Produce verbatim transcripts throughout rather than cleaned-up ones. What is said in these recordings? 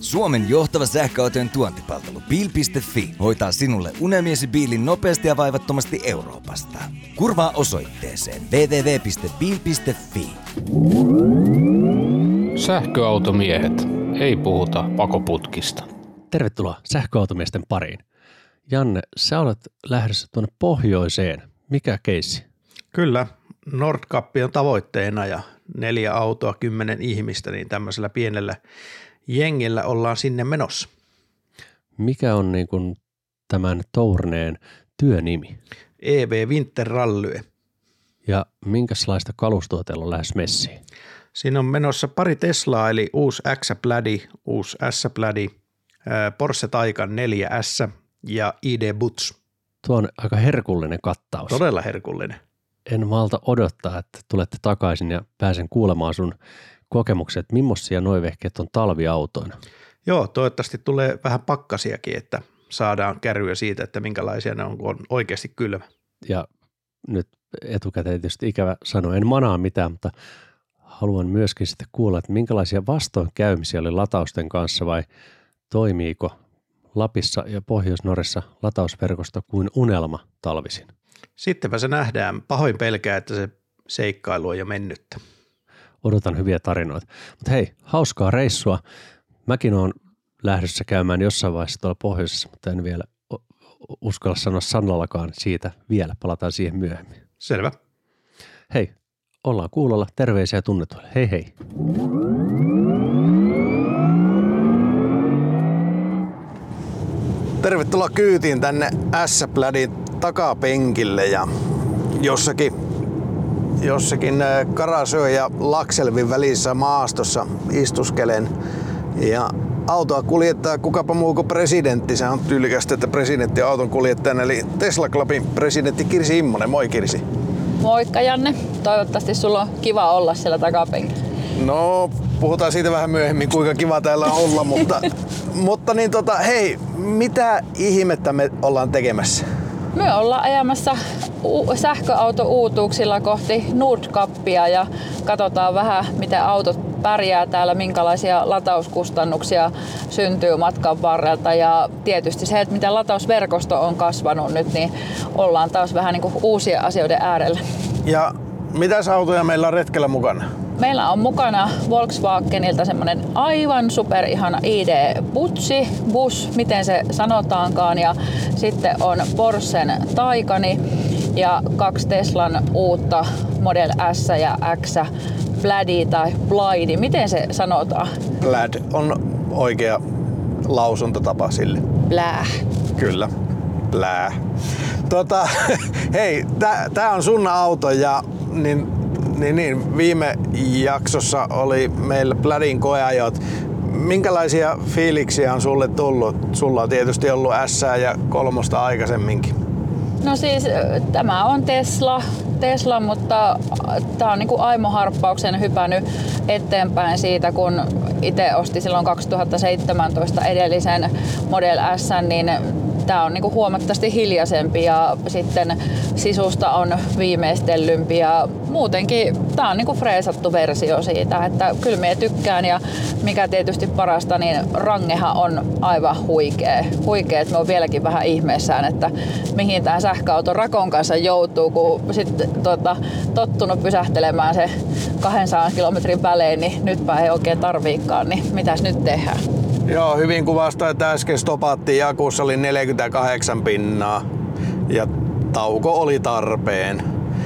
Suomen johtava sähköautojen tuontipalvelu Bil piste fi hoitaa sinulle unelmiesi biilin nopeasti ja vaivattomasti Euroopasta. Kurvaa osoitteeseen double-u double-u double-u piste bil piste fi. Sähköautomiehet. Ei puhuta pakoputkista. Tervetuloa sähköautomiesten pariin. Janne, sä olet lähdössä tuonne pohjoiseen. Mikä keissi? Kyllä, Nordkapp on tavoitteena ja neljä autoa, kymmenen ihmistä, niin tämmöisellä pienellä jengillä ollaan sinne menossa. Mikä on niin kuin tämän tourneen työnimi? E V Winter Rally. Ja minkälaista kalustoa teillä on lähes messiin? Siinä on menossa pari Teslaa, eli uusi X-Plädi, uusi S-Plädi, Porsche Taycan neljä S ja I D Butz. Tuo on aika herkullinen kattaus. Todella herkullinen. En malta odottaa, että tulette takaisin ja pääsen kuulemaan sun kokemukset, millaisia noi vehkeet on talviautoina. Joo, toivottavasti tulee vähän pakkasiakin, että saadaan kärryä siitä, että minkälaisia ne on, kun on oikeasti kylmä. Ja nyt etukäteen tietysti ikävä sanoa, en manaa mitään, mutta haluan myöskin sitten kuulla, että minkälaisia vastoinkäymisiä oli latausten kanssa vai toimiiko Lapissa ja Pohjois-Norjassa latausverkosto kuin unelma talvisin? Sittenpä se nähdään. Pahoin pelkää, että se seikkailu on jo mennyttä. Odotan hyviä tarinoita. Mutta hei, hauskaa reissua. Mäkin olen lähdössä käymään jossain vaiheessa tuolla pohjoisessa, mutta en vielä uskalla sanoa sanallakaan siitä vielä. Palataan siihen myöhemmin. Selvä. Hei, ollaan kuulolla. Terveisiä tunnetuille. Hei hei. Tervetuloa kyytiin tänne S-Plädin takapenkille ja jossakin, jossakin Karasö ja Lakselvin välissä maastossa istuskelen. Ja autoa kuljettaa kukapa muu kuin presidentti. Se on tyylikästä, että presidentti on auton kuljettajana, eli Tesla Clubin presidentti Kirsi Immonen. Moi Kirsi. Moikka Janne. Toivottavasti sulla on kiva olla siellä takapenkillä. No, puhutaan siitä vähän myöhemmin, kuinka kiva täällä on olla, mutta, mutta niin tota, hei, mitä ihmettä me ollaan tekemässä? Me ollaan ajamassa u- sähköauto-uutuuksilla kohti Nordkappia ja katsotaan vähän, miten autot pärjää täällä, minkälaisia latauskustannuksia syntyy matkan varrelta ja tietysti se, että miten latausverkosto on kasvanut nyt, niin ollaan taas vähän niin kuin uusien asioiden äärellä. Ja mitäs autoja meillä on retkellä mukana? Meillä on mukana Volkswagenilta semmonen aivan superihana I D Butzi, bus, miten se sanotaankaan, ja sitten on Porschen Taycani ja kaksi Teslan uutta Model S ja X, Plädi tai Plaidi, miten se sanotaan? Pläd on oikea lausuntatapa sille. Blää. Kyllä, blää. Tota, hei, tää, tää on sun auto ja niin Niin, niin, viime jaksossa oli meillä Plädin koeajot. Minkälaisia fiiliksiä on sulle tullut? Sulla on tietysti ollut S ja kolmosta aikaisemminkin. No siis tämä on Tesla, Tesla mutta tämä on niin kuin aimoharppauksen hypännyt eteenpäin siitä, kun itse osti silloin kaksituhattaseitsemäntoista edellisen Model S, niin tämä on niinku huomattavasti hiljaisempi ja sitten sisusta on viimeistellympi ja muutenkin tämä on niinku freesattu versio siitä, että kyllä minä tykkään ja mikä tietysti parasta, niin rangehan on aivan huikea. Huikea, että me on vieläkin vähän ihmeessään, että mihin tämä sähköauto rakon kanssa joutuu, kun sitten tota, tottunut pysähtelemään se kahdensadan kilometrin välein, niin nytpä ei oikein tarviikaan, niin mitäs nyt tehdään? Joo, hyvin kuvasta, että äsken stopattiin ja akussa oli neljäkymmentäkahdeksan pinnaa ja tauko oli tarpeen.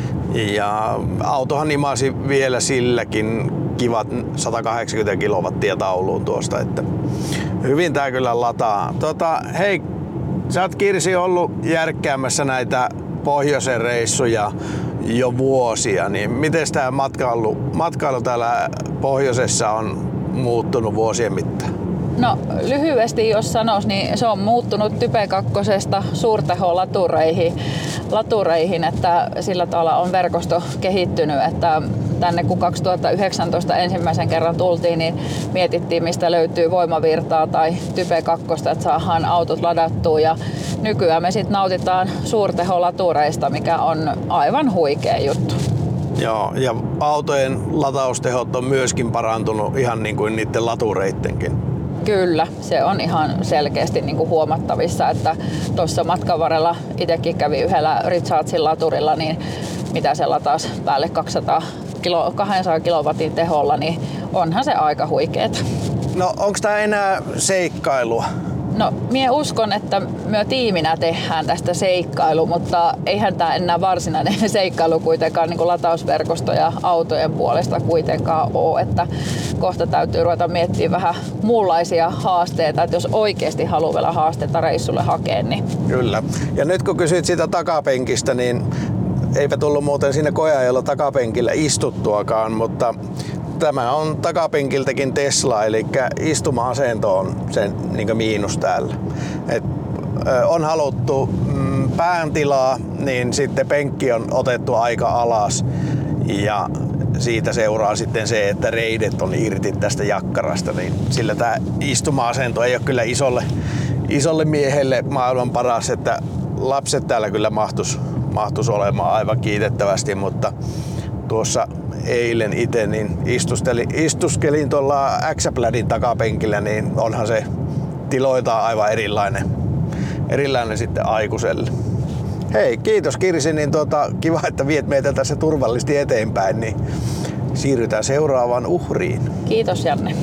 Ja autohan imasi vielä silläkin kivat sata kahdeksankymmentä kilowattia tauluun tuosta, että hyvin tää kyllä lataa. Tota, hei, sä oot Kirsi ollut järkkäämässä näitä pohjoisen reissuja jo vuosia, niin miten tää matkailu, matkailu täällä pohjoisessa on muuttunut vuosien mittaan? No lyhyesti jos sanois, niin se on muuttunut Type kakkosesta suurteholatureihin, latureihin, että sillä tavalla on verkosto kehittynyt, että tänne kun kaksituhattayhdeksäntoista ensimmäisen kerran tultiin, niin mietittiin mistä löytyy voimavirtaa tai Type kakkosta, että saadaan autot ladattua ja nykyään me sitten nautitaan suurteholatureista, mikä on aivan huikea juttu. Joo, ja autojen lataustehot on myöskin parantunut ihan niin kuin niiden latureittenkin. Kyllä, se on ihan selkeästi niin kuin huomattavissa, että tuossa matkan varrella itsekin kävi yhdellä Richardsin laturilla, niin mitä se lataisi päälle kaksisataa kilo, kaksisataa kilowatin teholla, niin onhan se aika huikeeta. No onko tämä enää seikkailua? No, minä uskon, että me tiiminä tehdään tästä seikkailu, mutta eihän tämä enää varsinainen seikkailu kuitenkaan niin kuin latausverkosto ja autojen puolesta kuitenkaan ole, että kohta täytyy ruveta miettimään vähän muunlaisia haasteita, että jos oikeasti haluaa vielä haasteita reissulle hakea, niin... Kyllä. Ja nyt kun kysyit siitä takapenkistä, niin eipä tullut muuten siinä koeajalla takapenkillä istuttuakaan, mutta tämä on takapenkiltäkin Tesla, eli istuma-asento on sen niin miinus täällä. Et, ö, on haluttu mm, pään tilaa, niin sitten penkki on otettu aika alas ja siitä seuraa sitten se, että reidet on irti tästä jakkarasta, niin sillä tämä istuma-asento ei ole kyllä isolle, isolle miehelle maailman paras, että lapset täällä kyllä mahtus, mahtus olemaan aivan kiitettävästi, mutta tuossa eilen itse niin istustelin, istuskelin tuolla X-Pladin takapenkillä, niin onhan se tiloiltaan aivan erilainen, erilainen sitten aikuiselle. Hei, kiitos Kirsi, niin tuota, kiva, että viet meitä tässä turvallisesti eteenpäin, niin siirrytään seuraavaan uhriin. Kiitos Janne.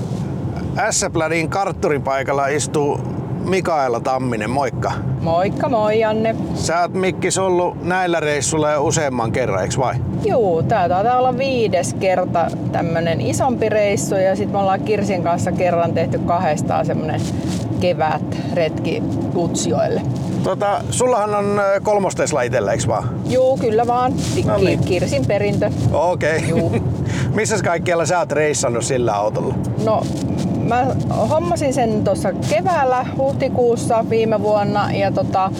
S-Pladin kartturipaikalla istuu Mikaela Tamminen, moikka. Moikka moi Janne. Sä oot Mikkis ollut näillä reissuilla jo useamman kerran, eiks vai? Juu, tää taitaa olla viides kerta tämmönen isompi reissu ja sit me ollaan Kirsin kanssa kerran tehty kahdestaan semmonen kevätretki Utsjoelle. Tota, sullahan on kolmos Tesla itellä, eiks vaan? Juu, kyllä vaan. No niin. Kirsin perintö. Okei. Okay. Missäs kaikkialla sä oot reissannut sillä autolla? No, mä hommasin sen tuossa keväällä huhtikuussa viime vuonna ja tota,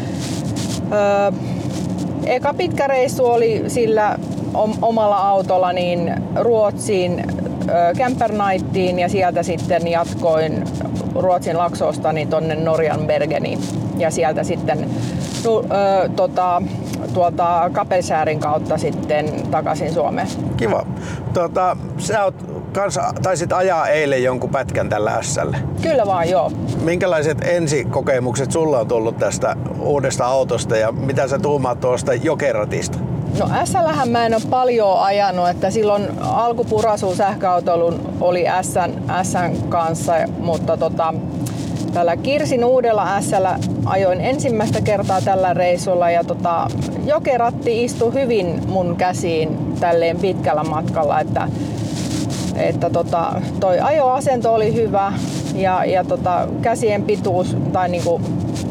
ö, eka pitkä reissu oli sillä omalla autolla niin Ruotsiin ö, Camper Nightiin ja sieltä sitten jatkoin Ruotsin Laksoosta niin tonne Norjan Bergeniin ja sieltä sitten no, ö, tota, tuolta Kapellskärin kautta sitten takaisin Suomeen. Kiva. Tota, sä oot kanssa, taisit ajaa eilen jonkun pätkän tällä S:lle. Kyllä vaan, joo. Minkälaiset ensikokemukset sulla on tullut tästä uudesta autosta ja mitä sä tuumaat tuosta Jokeratista? No S:llähän mä en ole paljon ajanut, että silloin alkupurasu sähköautoilun oli S:n, S:n kanssa, mutta tota, tällä Kirsin uudella S:llä ajoin ensimmäistä kertaa tällä reissulla ja tota, Jokeratti istui hyvin mun käsiin tälleen pitkällä matkalla, että, että tota, toi ajoasento oli hyvä ja, ja tota, käsien pituus tai niinku,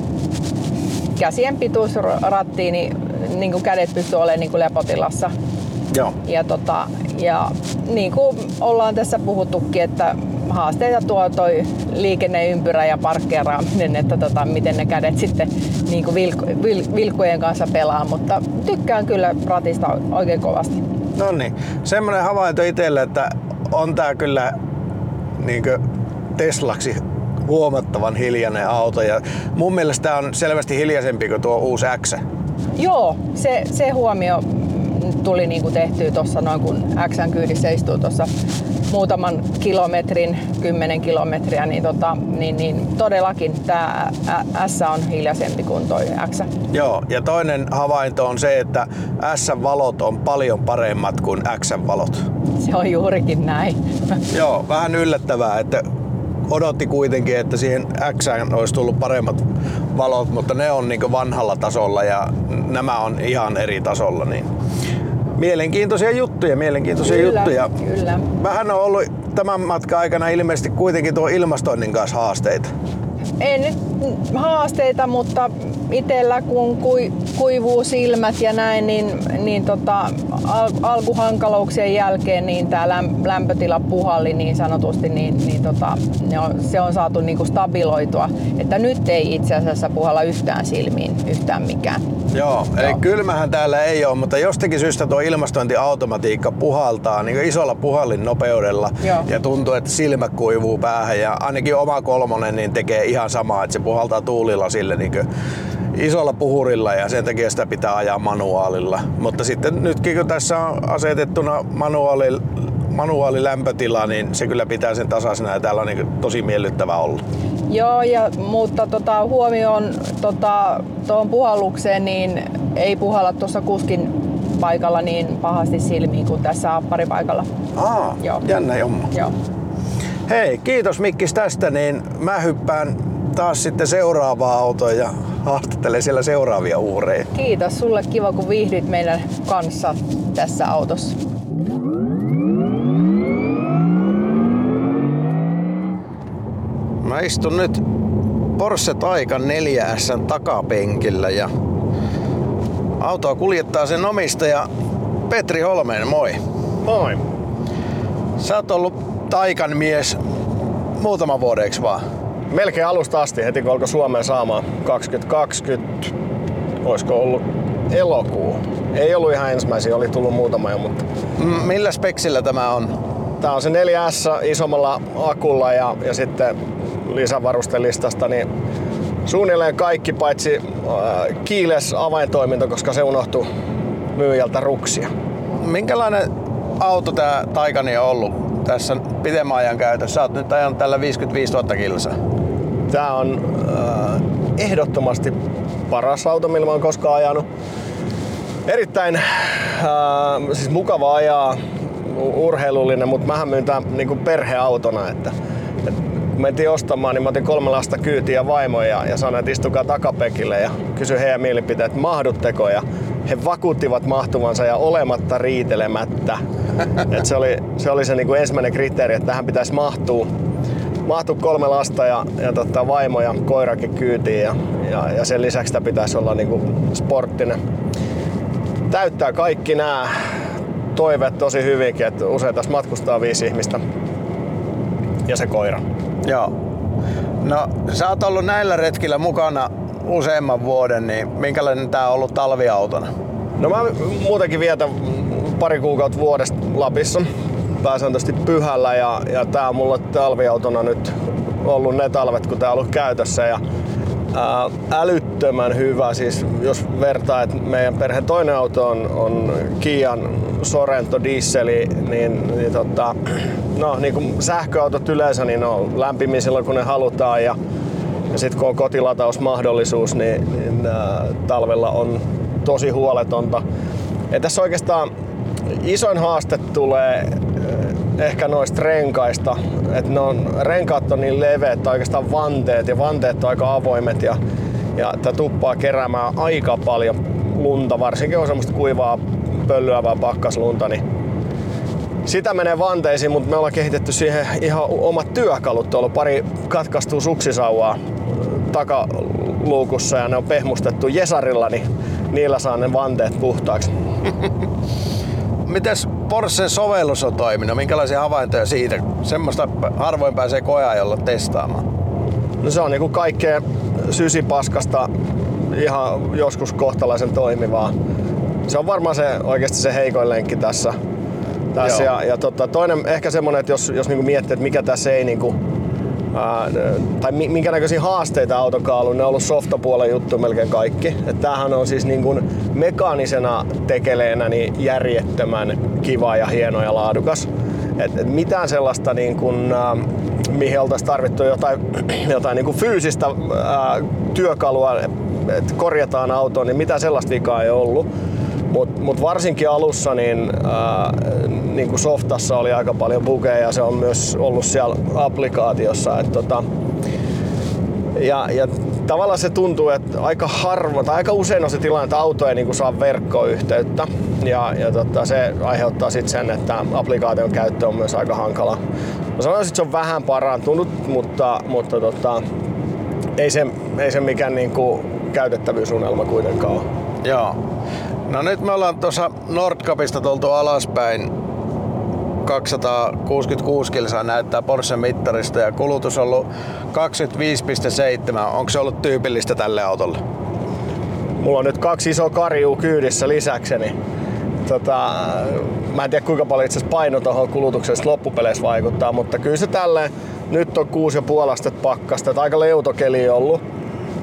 käsien pituus rattiin, niin, niinku kädet pystyi olemaan niinku lepotilassa. Joo. Ja, tota, ja niin kuin ollaan tässä puhuttukin, että haasteita tuo toi liikenneympyrä ja parkkeeraaminen, että tota, miten ne kädet sitten niin kuin vilk, vil, vilkkujen kanssa pelaa, mutta tykkään kyllä ratista oikein kovasti. No niin, semmoinen havainto itselle, että on tää kyllä niinkö Teslaksi huomattavan hiljainen auto ja mun mielestä tää on selvästi hiljaisempi kuin tuo uusi X. Joo, se, se huomio tuli niinku tehtyä tuossa noin kun X:n kyydissä istuu tuossa muutaman kilometrin, kymmenen kilometriä, niin, tota, niin, niin todellakin tämä S on hiljaisempi kuin toi X. Joo, ja toinen havainto on se, että S-valot on paljon paremmat kuin X-valot. Se on juurikin näin. Joo, vähän yllättävää, että odotti kuitenkin, että siihen X:ään olisi tullut paremmat valot, mutta ne on niin vanhalla tasolla ja nämä on ihan eri tasolla. Niin mielenkiintoisia juttuja, mielenkiintoisia kyllä, juttuja. Kyllä. Vähän on ollut tämän matkan aikana ilmeisesti kuitenkin tuo ilmastoinnin kanssa haasteita. Ei nyt haasteita, mutta itsellä kun kuivuu silmät ja näin, niin, niin tota, al- alkuhankalouksien jälkeen niin tämä lämpötila puhalli niin sanotusti, niin, niin tota, ne on, se on saatu niinku stabiloitua. Että nyt ei itse asiassa puhalla yhtään silmiin, yhtään mikään. Joo, eli Joo. kylmähän täällä ei ole, mutta jostakin syystä tuo ilmastointiautomatiikka puhaltaa niin isolla puhallin nopeudella. Joo. Ja tuntuu, että silmä kuivuu päähän ja ainakin oma kolmonen niin tekee ihan samaa, että se puhaltaa tuulilla sille niin isolla puhurilla ja sen takia sitä pitää ajaa manuaalilla. Mutta sitten nytkin kun tässä on asetettuna manuaali manuaalilämpötila, niin se kyllä pitää sen tasaisena ja täällä on niin tosi miellyttävä olla. Joo, ja, mutta tota, huomioon tota, tuohon puhallukseen, niin ei puhalla tuossa kuskin paikalla niin pahasti silmiin kuin tässä apparipaikalla. Aa, Joo. jännä jomma. Joo. Hei, kiitos Mikkis tästä, niin mä hyppään taas sitten seuraavaan autoon ja haastattelen siellä seuraavia uhreja. Kiitos sulle, kiva kun viihdyt meidän kanssa tässä autossa. Mä istun nyt Porsche Taycan neljä S:n takapenkillä ja autoa kuljettaa sen omistaja Petri Holmeen, moi. Moi. Sä oot ollut Taycan mies muutaman vuodeksi vaan. Melkein alusta asti, heti kun alkoi Suomeen saamaan kaksituhattakaksikymmentä, olisiko ollut elokuu. Ei ollut ihan ensimmäisiä, oli tullut muutama jo, mutta... M- millä speksillä tämä on? Tää on se neljä S isommalla akulla ja, ja sitten lisävarustelistasta, niin suunnilleen kaikki paitsi äh, keyless avaintoiminto, koska se unohtui myyjältä ruksia. Minkälainen auto tää Taycani on ollut tässä pitemmän ajan käytössä? Sä oot nyt ajanut tällä viisikymmentäviisituhatta kilsaa. Tää on äh, ehdottomasti paras auto, millä mä oon koskaan ajanut. Erittäin äh, siis mukava ajaa, urheilullinen, mutta mähän myyn tää niinku perheautona. Että, et, kun mentiin ostamaan, niin mä otin kolme lasta kyytiin ja vaimoja ja, ja sanoin, että istukaa takapenkille ja kysyin heidän mielipiteet, mahdutteko, ja he vakuuttivat mahtuvansa ja olematta riitelemättä. Et se oli se, oli se niinku ensimmäinen kriteeri, että tähän pitäisi mahtua. Mahtuu kolme lasta ja, ja tota, vaimo ja koirakin kyytiin ja, ja, ja sen lisäksi tämä pitäisi olla niinku sporttinen. Täyttää kaikki nämä toiveet tosi hyvinkin, että usein tässä matkustaa viisi ihmistä ja se koira. Joo. No sä oot ollut näillä retkillä mukana useamman vuoden, niin minkälainen tää on ollut talviautona? No mä muutenkin vietän pari kuukautta vuodesta Lapissa, pääsääntöisesti pyhällä, ja, ja tää on mulla talviautona nyt ollut ne talvet, kun tää on ollut käytössä. Ja, ää, älyttömän hyvä, siis jos vertaa, että meidän perheen toinen auto on, on Kian Sorento dieseli, niin, niin tota, no, niin kuin sähköautot yleensä, niin on lämpimiä silloin kun ne halutaan, ja, ja sitten kun on kotilatausmahdollisuus, niin, niin ää, talvella on tosi huoletonta. Ja tässä oikeastaan isoin haaste tulee ehkä noista renkaista, että ne on, renkaat on niin leveät, oikeastaan vanteet, ja vanteet on aika avoimet, ja, ja tää tuppaa keräämään aika paljon lunta, varsinkin on semmoista kuivaa, pöllyävää pakkaslunta, niin sitä menee vanteisiin, mutta me ollaan kehitetty siihen ihan omat työkalut. Tuolla on pari katkaistua suksisauvaa takaluukussa ja ne on pehmustettu jesarilla, niin niillä saa ne vanteet puhtaaksi. Mites Porschen sovellus on toiminut? Minkälaisia havaintoja siitä? Semmoista harvoin pääsee koeajolla testaamaan. No se on niinku kaikkea sysipaskasta ihan joskus kohtalaisen toimivaa. Se on varmaan se, oikeasti se heikoin lenkki tässä. tässä ja, ja tota, toinen ehkä semmonen, että jos, jos niinku miettii, että mikä tässä ei niinku, ää, tai minkä näköisiä haasteita autokaaluun, ne on ollut softapuolen juttu melkein kaikki. Et tämähän on siis niinku mekaanisena tekeleenä niin järjettömän kiva ja hieno ja laadukas. Et, et mitään sellaista niinku, ää, mihin oltaisiin tarvittu jotain, jotain niinku fyysistä ää, työkalua, että korjataan autoa, niin mitään sellaista vikaa ei ollut. Mutta mut varsinkin alussa niin, ää, niin kuin softassa oli aika paljon bugeja ja se on myös ollut siellä applikaatiossa. Et tota, ja, ja tavallaan se tuntuu, että aika harvoin tai aika usein on se tilanne, että auto ei niin kuin saa verkkoyhteyttä. Ja, ja tota, se aiheuttaa sitten sen, että applikaation käyttö on myös aika hankala. Mä sanoisin, että se on vähän parantunut, mutta, mutta tota, ei, se, ei se mikään niin kuin käytettävyysunelma kuitenkaan ole. Joo. No nyt me ollaan tuossa Nordkapista tultu alaspäin. kaksisataakuusikymmentäkuusi kilsaa näyttää Porschen mittarista ja kulutus on ollut kaksikymmentäviisi pilkku seitsemän. Onko se ollut tyypillistä tälle autolle? Mulla on nyt kaksi isoa karjua kyydissä lisäkseni. Tota, mä en tiedä kuinka paljon itse asiassa paino tuohon kulutuksesta loppupeleissä vaikuttaa, mutta kyllä se tälleen, nyt on kuusi ja puoli astetta pakkasta, että aika leutokeli ollut.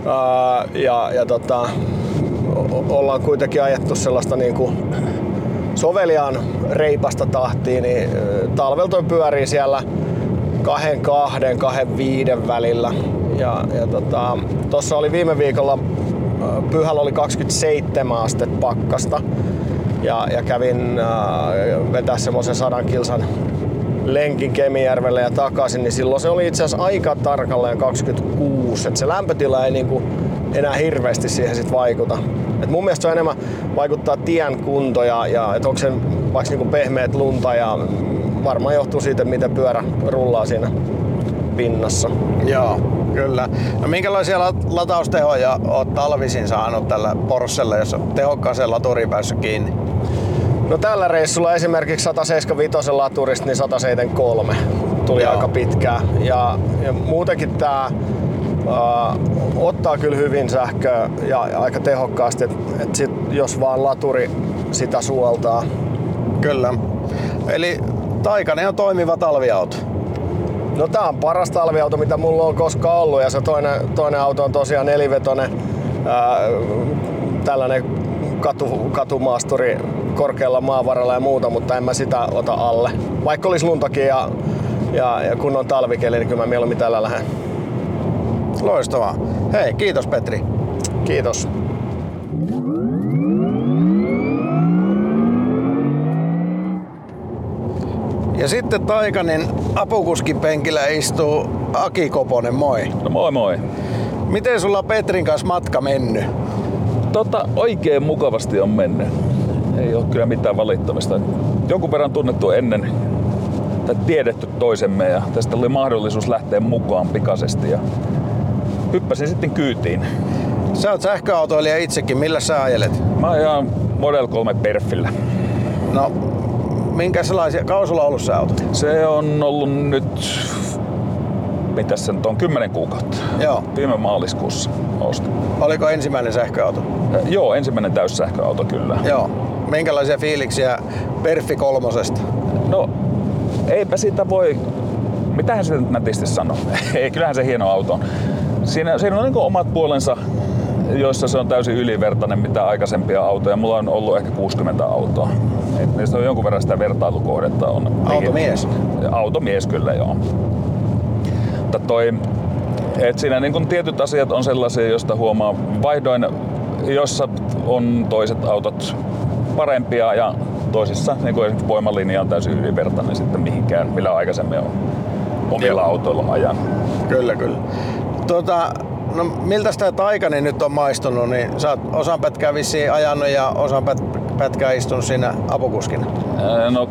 Ää, ja, ja tota, ollaan kuitenkin ajettu sellaista niinku soveliaan reipasta tahtia, niin talvella toi pyörii siellä kahden kahden, kahden viiden välillä. Ja, ja tota, tossa oli viime viikolla, Pyhällä oli kaksikymmentäseitsemän astetta pakkasta. Ja, ja kävin äh, vetää semmoisen sadan kilsan lenkin Kemijärvelle ja takaisin, niin silloin se oli itse asiassa aika tarkalleen kaksikymmentäkuusi. Et se lämpötila ei niinku enää hirveästi siihen sit vaikuta. Et mun mielestä se on enemmän vaikuttaa tien kunto ja, ja et onko se vaikka niinku pehmeät lunta ja varmaan johtuu siitä, miten pyörä rullaa siinä pinnassa. Joo, kyllä. No minkälaisia lataustehoja oot talvisin saanut tällä Porschella, jos on tehokkaaseen laturiin päässyt kiinni? No tällä reissulla esimerkiksi sata seitsemänkymmentäviisi laturista niin sata seitsemänkymmentäkolme tuli Joo. aika pitkään. Ja, ja muutenkin tää Uh, ottaa kyllä hyvin sähköä ja aika tehokkaasti, että et sit, jos vaan laturi sitä suoltaa. Kyllä. Eli Taycan on toimiva talviauto. No tää on paras talviauto, mitä mulla on koskaan ollut, ja se toinen, toinen auto on tosiaan nelivetonen, ää, tällainen katu, katumaasturi korkealla maavaralla ja muuta, mutta en mä sitä ota alle. Vaikka olisi luntakin ja, ja, ja kun on talvikeli, niin kyllä mä mieluummin tällä lähden. Loistavaa. Hei, kiitos Petri. Kiitos. Ja sitten Taycanin apukuskin penkillä istuu Aki Koponen, moi. No moi moi. Miten sulla Petrin kanssa matka mennyt? Tota, oikein mukavasti on mennyt. Ei ole kyllä mitään valittamista. Jonkun verran tunnettu ennen, tai tiedetty toisemme, ja tästä oli mahdollisuus lähteä mukaan pikaisesti. Ja hyppäsin sitten kyytiin. Sä oot sähköautoilija itsekin, millä sä ajelet? Mä ajan Model kolme Perfillä. No, minkälaisia, kauan sulla on ollut se auto? Se on ollut nyt, mitäs se nyt on, kymmenen kuukautta. Joo. Viime maaliskuussa ostin. Oliko ensimmäinen sähköauto? Äh, joo, ensimmäinen täyssähköauto kyllä. Joo. Minkälaisia fiiliksiä Perfi kolmosesta? No, eipä sitä voi, mitähän sitä nyt nätisti sanoo. Ei, kyllähän se hieno auto on. Siinä, siinä on niin kuin omat puolensa, joissa se on täysin ylivertainen mitä aikaisempia autoja. Mulla on ollut ehkä kuusikymmentä autoa. Et niistä on jonkun verran sitä vertailukohdetta. On automies? Automies kyllä, joo. Mutta toi, et siinä niin kuin tietyt asiat on sellaisia, joista huomaa vaihdoin, jossa on toiset autot parempia ja toisissa niin kuin esimerkiksi voimalinja on täysin ylivertainen sitten mihinkään, millä aikaisemmin on omilla autoilla ajan. Kyllä, kyllä. Tuota, no miltä tämä Taycan nyt on maistunut, niin sä oot osan pätkää vissiin ajanut ja osan pätkää istunut siinä apukuskina. No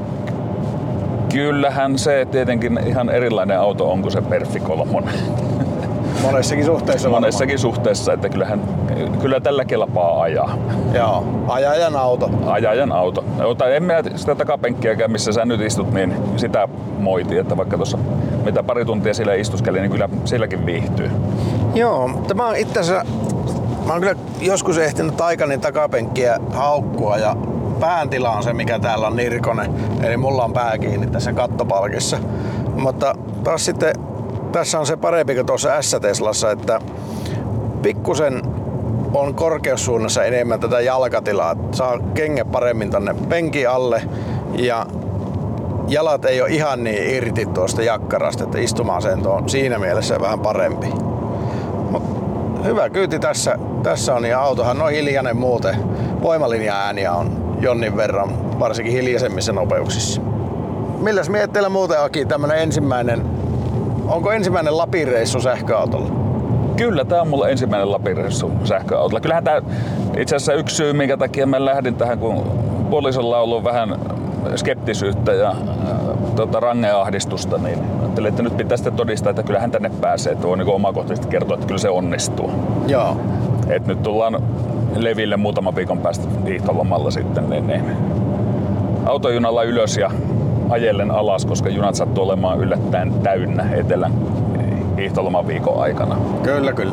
kyllähän se tietenkin ihan erilainen auto on kuin se Perfi kolmonen. Monessakin suhteessa Monessakin varmaan. suhteessa, että kyllähän, kyllä tällä kelpaa ajaa. Joo, ajajan auto. Ajajan auto. Tai en minä sitä takapenkkiäkään, missä sä nyt istut, niin sitä moiti, että vaikka tuossa mitä pari tuntia siellä istuskeli, niin kyllä silläkin viihtyy. Joo, tämä on itse asiassa, mä oon kyllä joskus ehtinyt Taycanin takapenkkiä haukkua ja pään tila on se, mikä täällä on nirkonen. Eli mulla on pää kiinni tässä kattopalkissa. Mutta taas sitten tässä on se parempi kuin tuossa S-Teslassa, että pikkusen on korkeussuunnassa enemmän tätä jalkatilaa. Saa kengät paremmin tänne penkin alle ja jalat ei ole ihan niin irti tuosta jakkarasta, että istuma-asento on siinä mielessä vähän parempi. Mut hyvä kyyti tässä, tässä on ja autohan on hiljainen muuten. Voimalinja-ääniä on jonnin verran, varsinkin hiljaisemmissa nopeuksissa. Milläs mietteillä muuten, Aki, tämmönen ensimmäinen, onko ensimmäinen Lapin reissu sähköautolla? Kyllä, tää on mulla ensimmäinen Lapin reissu sähköautolla. Kyllähän tää itse asiassa yksi syy, minkä takia mä lähdin tähän, kun puolisolla on ollut vähän skeptisyyttä ja äh, tota, rangeahdistusta, niin ajattelin, että nyt pitää sitten todistaa, että kyllähän tänne pääsee. Että voi niin omakohtaisesti kertoa, että kyllä se onnistuu. Joo. Et nyt tullaan leville muutaman viikon päästä hiihtolomalla sitten, niin, niin autojunalla ylös ja ajellen alas, koska junat sattuu olemaan yllättäen täynnä etelän hiihtoloman viikon aikana. Kyllä, kyllä.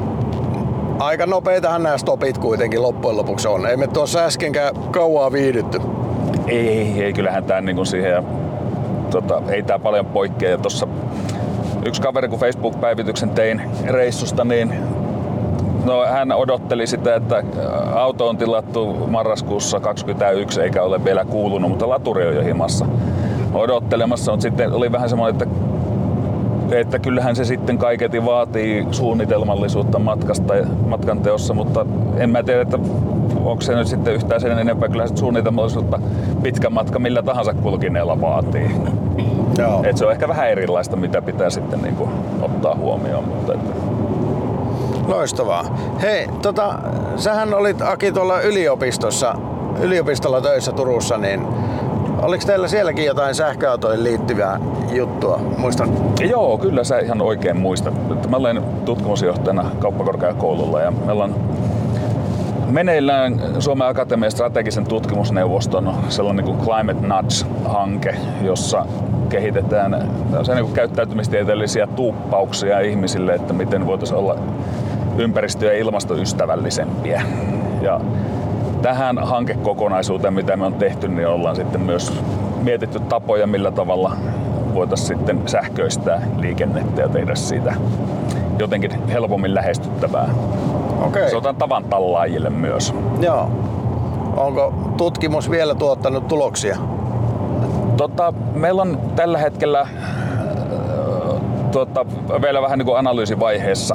Aika nopeitahan nämä stopit kuitenkin loppujen lopuksi on. Ei me tuossa äskenkään kauaa viihdytty. Ei, ei kyllähän tää niin kuin siihen ja, tota, ei tää paljon poikkea. Ja tossa yksi kaveri, kun Facebook-päivityksen tein reissusta, niin No hän odotteli sitä, että auto on tilattu marraskuussa kaksikymmentäyksi eikä ole vielä kuulunut, mutta laturi on jo himassa odottelemassa. Mutta sitten oli vähän semmoinen, että, että kyllähän se sitten kaiketi vaatii suunnitelmallisuutta matkasta ja matkan teossa, mutta en mä tiedä, että onko se nyt sitten yhtään sen enempää. Kyllähän suunnitelmallisuutta pitkä matka millä tahansa kulkineella vaatii. Joo. Et se on ehkä vähän erilaista, mitä pitää sitten niin kuin ottaa huomioon. Mutta että... Loistavaa. Hei, tota, sähän olit Aki tuolla yliopistossa, yliopistolla töissä Turussa, niin oliko teillä sielläkin jotain sähköautoihin liittyvää juttua? Muistan. Joo, kyllä sä ihan oikein muistat. Mä olen tutkimusjohtajana kauppakorkeakoululla ja meillä on meneillään Suomen Akatemian strategisen tutkimusneuvoston sellainen niin kuin Climate Nudge-hanke, jossa kehitetään niin kuin käyttäytymistieteellisiä tuuppauksia ihmisille, että miten voitaisiin olla ympäristö- ja ilmastoystävällisempiä. Ja tähän hankekokonaisuuteen, mitä me on tehty, niin ollaan sitten myös mietitty tapoja, millä tavalla voitaisiin sitten sähköistää liikennettä ja tehdä siitä jotenkin helpommin lähestyttävää. Okei. Se otan tavan tallaajille myös. Joo. Onko tutkimus vielä tuottanut tuloksia? Tota, meillä on tällä hetkellä äh, tota, vielä vähän niin kuin analyysivaiheessa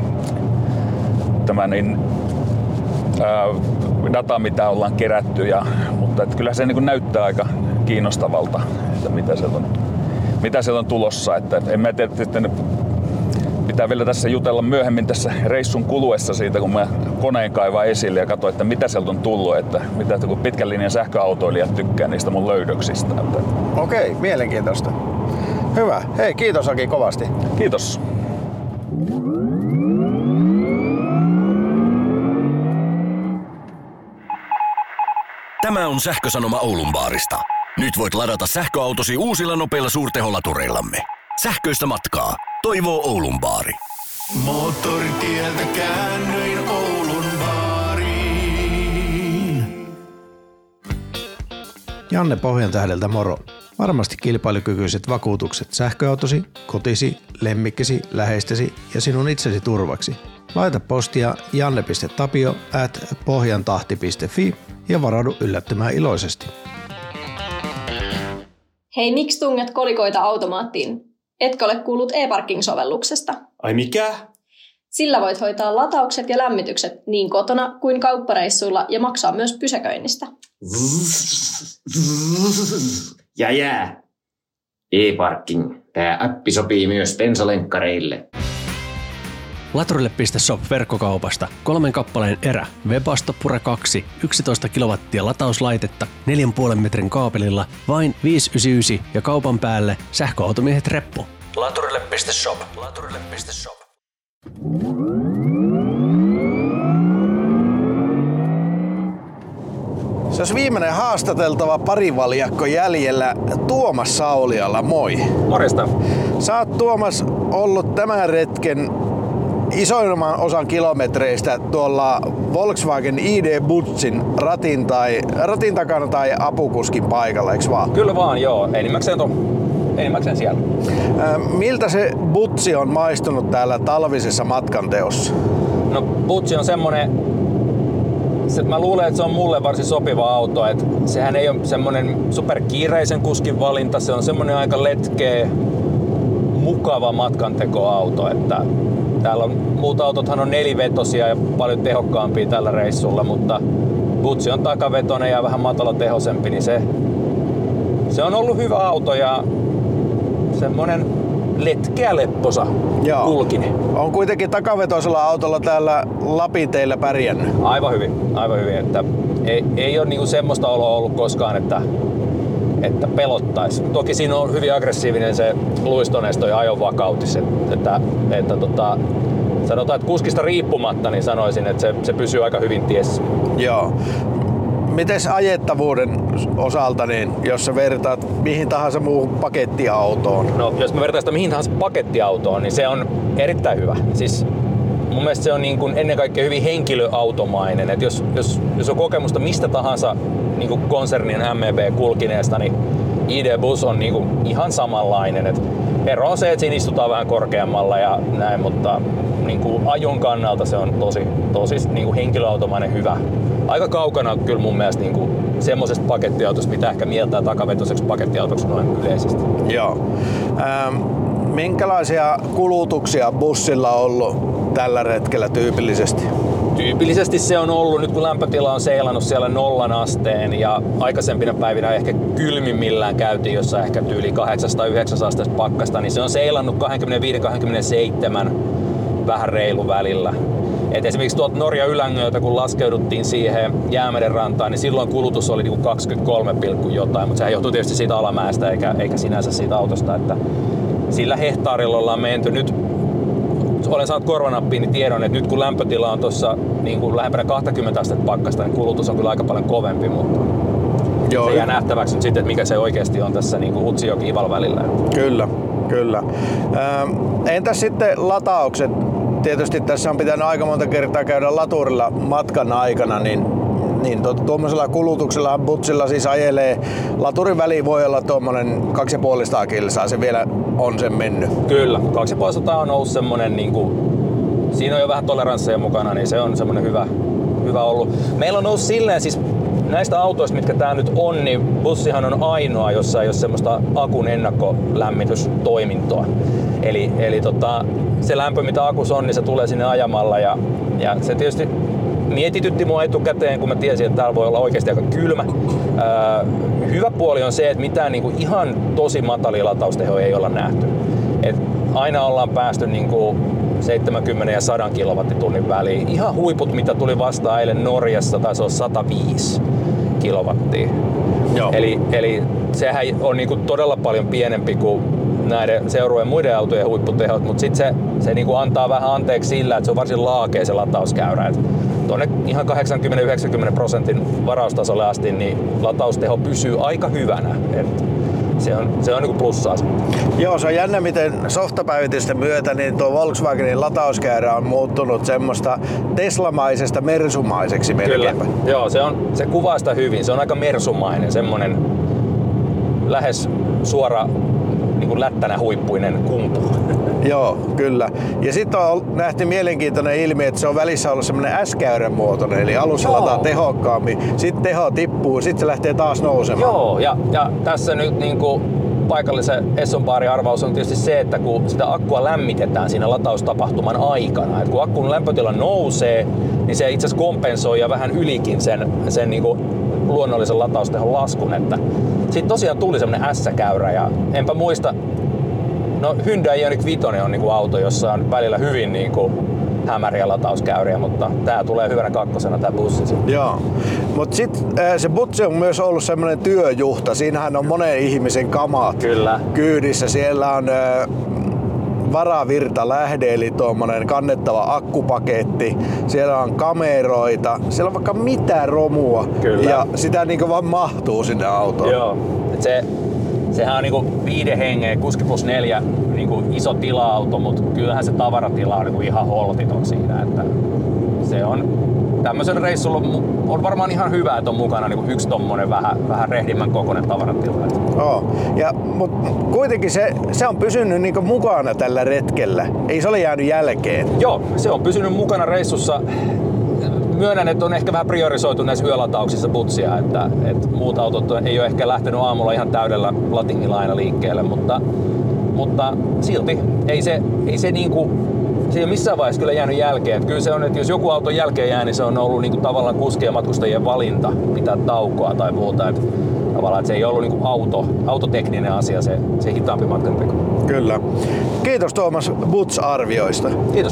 tämä niin, äh, data, mitä ollaan kerätty, ja, mutta et kyllä se niin kuin näyttää aika kiinnostavalta, että mitä sieltä on, mitä sieltä on tulossa. Että en mä tiedä, että pitää vielä tässä jutella myöhemmin tässä reissun kuluessa siitä, kun mä koneen kaivaa esille ja katsoin, että mitä sieltä on tullut, että mitä kun pitkän linjan sähköautoilijat tykkää niistä mun löydöksistä. Okei, mielenkiintoista. Hyvä. Hei, kiitos Aki kovasti. Kiitos. Tämä on Sähkösanoma Oulun baarista. Nyt voit ladata sähköautosi uusilla nopeilla suurteholatureillamme. Sähköistä matkaa. Toivoo Oulun baari. Moottoritieltä käännöin Oulun baariin. Janne Pohjantähdeltä moro. Varmasti kilpailukykyiset vakuutukset sähköautosi, kotisi, lemmikkisi, läheistesi ja sinun itsesi turvaksi. Laita postia janne piste tapio at pohjantahti piste fi ja varaudu yllättymään iloisesti. Hei, miksi tunget kolikoita automaattiin? Etkö ole kuullut e-parking-sovelluksesta? Ai mikä? Sillä voit hoitaa lataukset ja lämmitykset niin kotona kuin kauppareissuilla ja maksaa myös pysäköinnistä. Ja jää. E-parking. Tämä appi sopii myös bensalenkkareille. Laturille piste shop verkkokaupasta kolmen kappaleen erä, Webasto Pure kaksi, yksitoista kilowattia latauslaitetta, neljän pilkku viiden metrin kaapelilla, vain viisi yhdeksänkymmentäyhdeksän ja kaupan päälle sähköautomiehet reppu. Laturille piste shop. Laturille piste shop. Se olisi viimeinen haastateltava parivaljakko jäljellä. Tuomas Sauliala, moi. Morjesta. Sä oot, Tuomas, ollut tämän retken isoimman osan kilometreistä tuolla Volkswagen I D-Butzin ratin, tai, ratin takana tai apukuskin paikalla, eikö vaan? Kyllä vaan, joo. Enimmäkseen, to, enimmäkseen siellä. Miltä se Butzi on maistunut täällä talvisessa matkanteossa? No Butzi on semmonen, se, mä luulen, että se on mulle varsin sopiva auto. Et sehän ei ole semmonen superkiireisen kuskin valinta, se on semmonen aika letkeä, mukava matkantekoauto. Että täällä on, muut autothan on nelivetosia ja paljon tehokkaampia tällä reissulla, mutta Butzi on takavetoinen ja vähän matalatehoisempi, niin se, se on ollut hyvä auto ja semmonen letkeä lepposa kulkinen. On kuitenkin takavetoisella autolla täällä Lapin teillä pärjännyt. Aivan hyvin, aivan hyvin. Että ei, ei ole niinku semmoista oloa ollut koskaan, että, että pelottaisi. Toki siinä on hyvin aggressiivinen se luistonesto ja ajonvakautus. Että, että, että tota, sanotaan, että kuskista riippumatta, niin sanoisin, että se, se pysyy aika hyvin tiessä. Joo. Mites ajettavuuden osalta, niin jos sä vertaat mihin tahansa muuhun pakettiautoon? No, jos mä vertaan sitä mihin tahansa pakettiautoon, niin se on erittäin hyvä. Siis mun mielestä se on niin kuin ennen kaikkea hyvin henkilöautomainen. Et jos, jos, jos on kokemusta mistä tahansa niin kuin konsernin M E B-kulkineesta, niin I D-Bus on niin kuin ihan samanlainen. Et, ero on se, että siinä istutaan vähän korkeammalla ja näin, mutta niin kuin ajon kannalta se on tosi, tosi niin kuin henkilöautomainen hyvä. Aika kaukana kyllä mun mielestä niin kuin semmoisesta pakettiautosta, mitä ehkä mieltää takavetoiseksi pakettiautoksi noin yleisesti. Joo. Ähm, minkälaisia kulutuksia bussilla on ollut tällä retkellä tyypillisesti? Tyypillisesti se on ollut, nyt kun lämpötila on seilannut siellä nollan asteen ja aikaisempina päivinä ehkä kylmimmillään käytiin jossain ehkä tyyli kahdeksan yhdeksän asteesta pakkasta, niin se on seilannut kaksikymmentäviisi kaksikymmentäseitsemän vähän reilu välillä. Et esimerkiksi tuolta Norjan Ylängöltä, kun laskeuduttiin siihen Jäämeren rantaan, niin silloin kulutus oli niinku kaksikymmentäkolme pilkku jotain, mutta sehän johtuu tietysti siitä alamäestä eikä, eikä sinänsä siitä autosta, että sillä hehtaarilla ollaan menty. Nyt olen saanut korvanappiin niin tiedon, että nyt kun lämpötila on tuossa niin kuin lähempänä kaksikymmentä astetta pakkasta, niin kulutus on kyllä aika paljon kovempi, mutta Joo, se jää nähtäväksi nyt sitten, että mikä se oikeasti on tässä niin kuin Utsjoki-Ival välillä. Kyllä, kyllä. Ähm, entäs sitten lataukset? Tietysti tässä on pitänyt aika monta kertaa käydä laturilla matkan aikana, niin niin tuommoisella kulutuksella butsilla siis ajelee. Laturin väli voi olla tuommoinen kaksisataaviisikymmentä kilsaa, se vielä on sen mennyt. Kyllä, kaksisataaviisikymmentä on ollut semmonen niinku, siinä on jo vähän toleransseja mukana, niin se on semmonen hyvä, hyvä ollut. Meillä on ollut silleen siis näistä autoista, mitkä tää nyt on, niin bussihan on ainoa, jossa ei ole semmoista akun ennakkolämmitystoimintoa. Eli, eli tota, se lämpö mitä akus on, niin se tulee sinne ajamalla ja, ja se tietysti mietitytti mua etukäteen, kun mä tiesin, että täällä voi olla oikeasti aika kylmä. Öö, hyvä puoli on se, että mitään niinku ihan tosi matalia lataustehoja ei olla nähty. Et aina ollaan päästy niinku seitsemänkymmentä ja sata kilowattitunnin väliin. Ihan huiput, mitä tuli vastaan eilen Norjassa, taisi olla sata viisi kilowattia. Joo. Eli, eli sehän on niinku todella paljon pienempi kuin näiden seurueen muiden autojen huipputehot, mutta sitten se, se niinku antaa vähän anteeksi sillä, että se on varsin laakea se latauskäyrä. Et tuonne ihan kahdeksankymmentä yhdeksänkymmentä prosentin varaustasolle asti niin latausteho pysyy aika hyvänä. Et se on, se on niinku plussaa. Joo, se on jännä, miten softapäivitysten myötä niin tuo Volkswagenin latauskäyrä on muuttunut semmoista teslamaisesta mersumaiseksi melkeinpä. Kyllä. Joo, se, on, se kuvaa sitä hyvin. Se on aika mersumainen, semmonen lähes suora niin kuin lättänä huippuinen kumpu. Joo, kyllä. Ja sitten on nähty mielenkiintoinen ilmiö, että se on välissä ollut semmoinen S-käyrän muotoinen, eli alussa Joo. lataa tehokkaammin, sitten teho tippuu, sitten se lähtee taas nousemaan. Joo, ja, ja tässä nyt niin kuin paikallisen Esson-baarin arvaus on tietysti se, että kun sitä akkua lämmitetään siinä lataustapahtuman aikana, että kun akkun lämpötila nousee, niin se itse asiassa kompensoi ja vähän ylikin sen, sen niin kuin luonnollisen lataustehon laskun, että sitten tosiaan tuli semmoinen S-käyrä ja enpä muista, no Hyundai Ioniq viisi on niinku auto, jossa on välillä hyvin niinku hämäriä latauskäyriä, mutta tää tulee hyvänä kakkosena tää bussi. Joo, mutta sitten se butsi on myös ollut semmoinen työjuhta, siinähän on monen ihmisen kamat Kyllä. kyydissä, siellä on äh, varavirta lähde, eli tuommoinen kannettava akkupaketti. Siellä on kameroita, siellä on vaikka mitä romua. Kyllä. Ja sitä niinku vaan mahtuu sinne autoon. Joo. Et se, sehän on niinku viiden hengen, kuusi plus neljä niinku iso tila-auto, mutta kyllähän se tavaratila on niinku ihan holtiton siinä. Että se on tämmöisen reissulla on varmaan ihan hyvä, että on mukana niinku yksi tommonen vähän, vähän rehdimmän kokoinen tavaratila. Oh. Ja, mut kuitenkin se, se on pysynyt niinku mukana tällä retkellä. Ei se ole jäänyt jälkeen. Joo, se on pysynyt mukana reissussa. Myönnän, että on ehkä vähän priorisoitu näissä yölatauksissa butsia, että, että muut autot ei ole ehkä lähtenyt aamulla ihan täydellä latingilla aina liikkeelle, mutta, mutta silti ei se, ei se niinku se ei ole missään vaiheessa kyllä jäänyt jälkeen. Että kyllä se on, että jos joku auto jälkeen jää, niin se on ollut niinku tavallaan kuskien ja matkustajien valinta pitää taukoa tai muuta. Että tavallaan, että se ei ollut niinku auto, autotekninen asia, se, se hitaampi matkanteko. Kyllä. Kiitos Tuomas Buts-arvioista. Kiitos.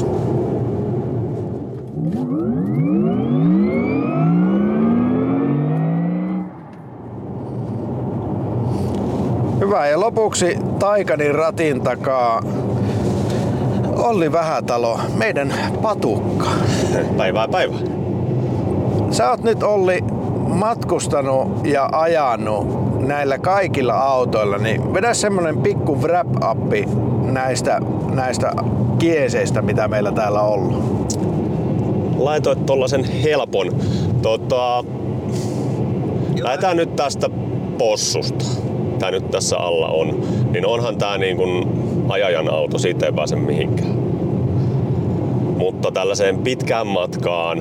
Hyvä, ja lopuksi Taikanin ratin takaa Olli Vähätalo, meidän patukka. Päivää päivää. Sä oot nyt Olli matkustanut ja ajanut näillä kaikilla autoilla, niin vedä semmonen pikku wrap-up näistä, näistä kieseistä, mitä meillä täällä on ollut. Laitoit tollasen helpon. Tota, lähdetään nyt tästä possusta. Tää nyt tässä alla on. Niin onhan tää niin kun ajajan auto, siitä ei pääse mihinkään. Mutta tällaiseen pitkään matkaan,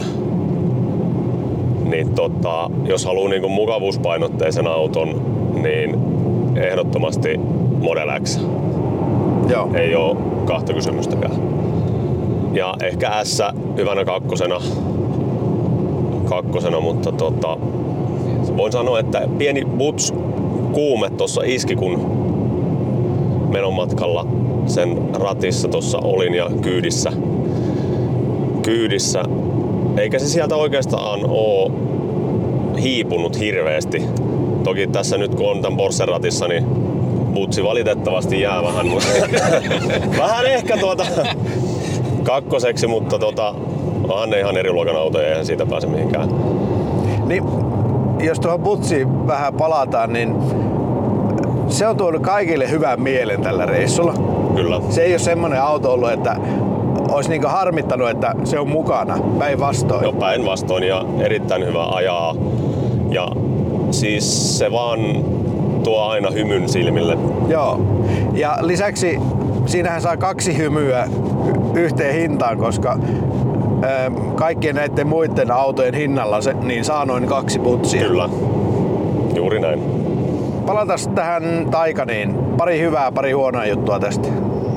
niin tota, jos haluaa niinku mukavuuspainotteisen auton, niin ehdottomasti Model X. Joo. Ei oo kahta kysymystäkään. Ja ehkä S hyvänä kakkosena, kakkosena mutta tota, voin sanoa, että pieni buts kuume tuossa iski, kun menon matkalla sen ratissa tuossa olin ja kyydissä. kyydissä. Eikä se sieltä oikeastaan oo hiipunut hirveästi. Toki tässä nyt kun on tän Porschen ratissa, niin butsi valitettavasti jää vähän, mutta vähän ehkä tuota kakkoseksi, mutta tota, onhan ne ihan eri luokan autoja, eihän siitä pääse mihinkään. Niin, jos tuohon butsiin vähän palataan, niin se on tuonut kaikille hyvän mielen tällä reissulla. Kyllä. Se ei ole semmoinen auto ollut, että olisi niinku harmittanut, että se on mukana, päinvastoin. No päinvastoin ja erittäin hyvä ajaa. Ja siis se vaan tuo aina hymyn silmille. Joo. Ja lisäksi siinähän saa kaksi hymyä yhteen hintaan, koska kaikkien näiden muiden autojen hinnalla se, niin saa noin kaksi butsia. Kyllä. Juuri näin. Palataan tähän Taycaniin. Pari hyvää, pari huonoa juttua tästä.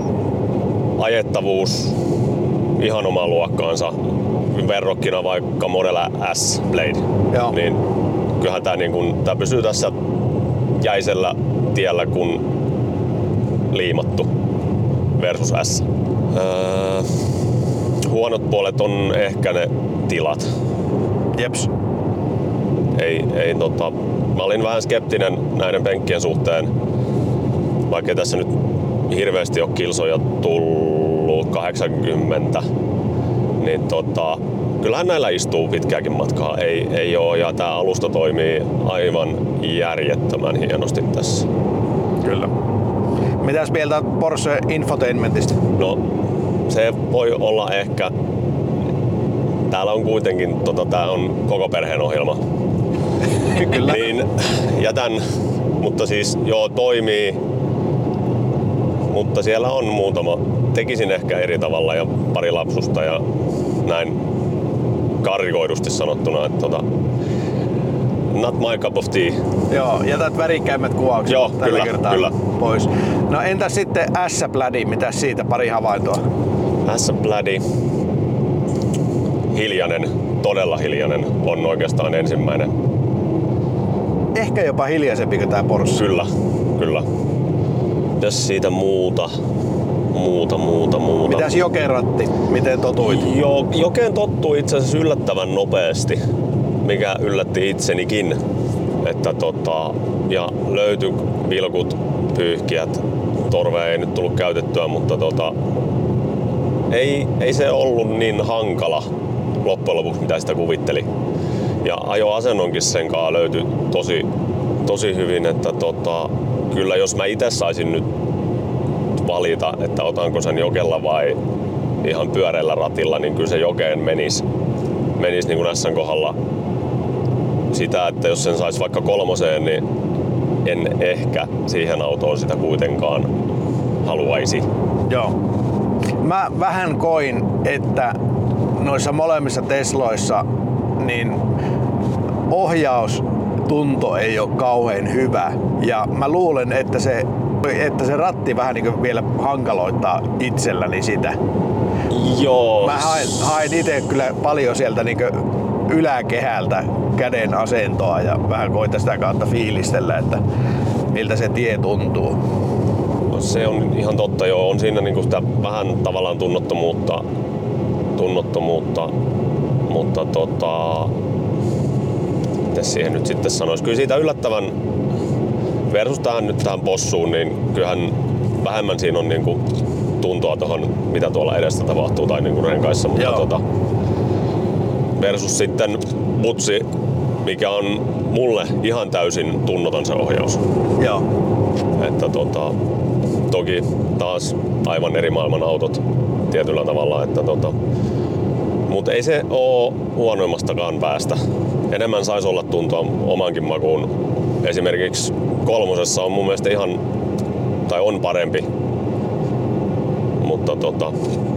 Ajettavuus ihan omaa luokkaansa verrokkina vaikka Model S Blade. Joo. Niin kyllähän tää, niin kun, tää pysyy tässä jäisellä tiellä kun liimattu versus S. Öö, huonot puolet on ehkä ne tilat. Jeps. Ei, ei tota, mä olin vähän skeptinen näiden penkkien suhteen, vaikka tässä nyt hirveästi ole kilsoja tullut kahdeksankymmentä, niin tota, kyllähän näillä istuu pitkääkin matkaa, ei, ei oo, ja tää alusta toimii aivan järjettömän hienosti tässä. Kyllä. Mitäs mieltä Porsche Infotainmentista? No, se voi olla ehkä, täällä on kuitenkin, tota, tää on koko perheen ohjelma. Kyllä. Niin jätän, mutta siis joo, toimii. Mutta siellä on muutama, tekisin ehkä eri tavalla ja pari lapsusta ja näin karrikoidusti sanottuna, että tota, not my cup of tea. Joo, jätät värikkäimmät kuvaukset Joo, tällä kyllä, kertaa kyllä. pois. No entäs sitten S-Bladi, mitäs siitä pari havaintoa? S-Bladi, hiljainen, todella hiljainen on oikeastaan ensimmäinen. Ehkä jopa hiljaisempi kuin tää Porsche. Kyllä, kyllä. Mitäs siitä muuta? Muuta, muuta, muuta. Mitäs Jokeratti? Miten totuit? Jo, Jokeen tottui itse asiassa yllättävän nopeasti, mikä yllätti itsenikin. Että tota, ja löytyi vilkut, pyyhkiät. Torve ei nyt tullut käytettyä, mutta tota, ei, ei se ollut niin hankala loppujen lopuksi, mitä sitä kuvitteli. Ja ajoasennonkin sen kanssa löytyi tosi, tosi hyvin, että tota, kyllä jos mä itse saisin nyt valita, että otanko sen Jokella vai ihan pyöreällä ratilla, niin kyllä se Jokeen menisi, menisi niin kuin S:n kohdalla sitä, että jos sen saisi vaikka kolmoseen, niin en ehkä siihen autoon sitä kuitenkaan haluaisi. Joo. Mä vähän koin, että noissa molemmissa Tesloissa niin ohjaustunto ei ole kauhean hyvä. Ja mä luulen, että se, että se ratti vähän niin kuin vielä hankaloittaa itselläni sitä. Joo. Mä hain, hain itse kyllä paljon sieltä niin kuin yläkehältä käden asentoa ja vähän koitan sitä kautta fiilistellä, että miltä se tie tuntuu. No, se on ihan totta, joo. On siinä niinku sitä vähän tavallaan tunnottomuutta, tunnottomuutta mutta tota, mitäs siihen nyt sitten sanoisi? Kyllä siitä yllättävän versus tähän nyt tähän Bossuun, niin kyllähän vähemmän siinä on niinku tuntoa tuohon, mitä tuolla edestä tapahtuu tai niinku renkaissa, mutta tota, versus sitten Butsi, mikä on mulle ihan täysin tunnoton se ohjaus. Joo. Että tota, toki taas aivan eri maailman autot tietyllä tavalla, että tota, mutta ei se oo huonoimmastakaan päästä. Enemmän saisi olla tuntoa omankin makuun. Esimerkiksi kolmosessa on mun mielestä ihan, tai on parempi mutta tota,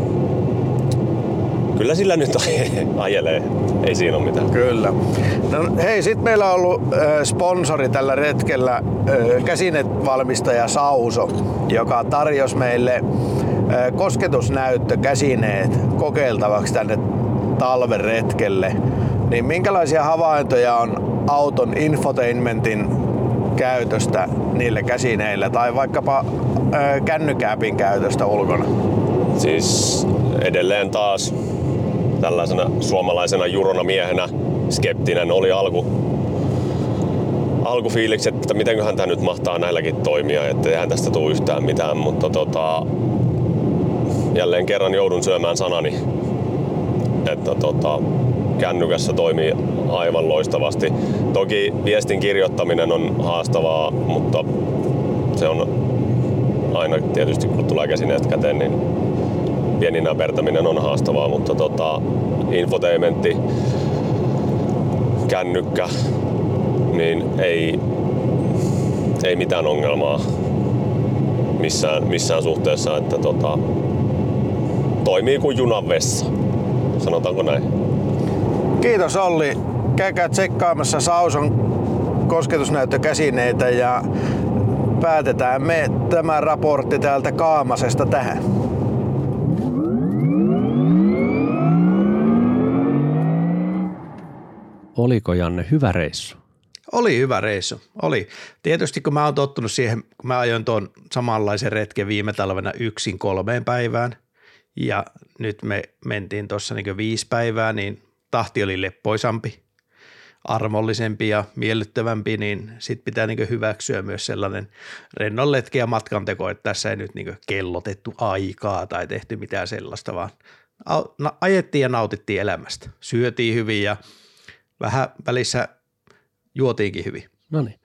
kyllä sillä nyt ajelee, ei siinä ole mitään. Kyllä. No hei, sit meillä on ollut äh, sponsori tällä retkellä, äh, käsinevalmistaja Sauso, joka tarjosi meille äh, kosketusnäyttökäsineet kokeiltavaksi tänne talven retkelle. Niin minkälaisia havaintoja on auton infotainmentin käytöstä niillä käsineillä tai vaikkapa äh, kännykääpin käytöstä ulkona? Siis edelleen taas tällaisena suomalaisena jurona miehenä skeptinen oli alku, alkufiiliksi, että mitenköhän tämä nyt mahtaa näilläkin toimia, että eihän tästä tule yhtään mitään, mutta tota, jälleen kerran joudun syömään sanani, että tota, kännykässä toimii aivan loistavasti. Toki viestin kirjoittaminen on haastavaa, mutta se on aina tietysti kun tulee käsineet käteen, niin pieni näpertäminen on haastavaa, mutta tota, infotainmentti, kännykkä, niin ei, ei mitään ongelmaa missään, missään suhteessa, että tota, toimii kuin junan vessa, sanotaanko näin. Kiitos Olli. Käykää tsekkaamassa Sauson kosketusnäyttökäsineitä ja päätetään me tämä raportti täältä Kaamasesta tähän. Oliko, Janne, hyvä reissu? Oli hyvä reissu, oli. Tietysti kun mä oon tottunut siihen, kun mä ajoin tuon samanlaisen retken viime talvena yksin kolmeen päivään ja nyt me mentiin tuossa niin viisi päivää, niin tahti oli leppoisampi, armollisempi ja miellyttävämpi, niin sit pitää niin hyväksyä myös sellainen rennon letki ja matkanteko, että tässä ei nyt niin kellotettu aikaa tai tehty mitään sellaista, vaan ajettiin ja nautittiin elämästä. Syötiin hyvin ja vähän välissä juotiinkin hyvin. No niin.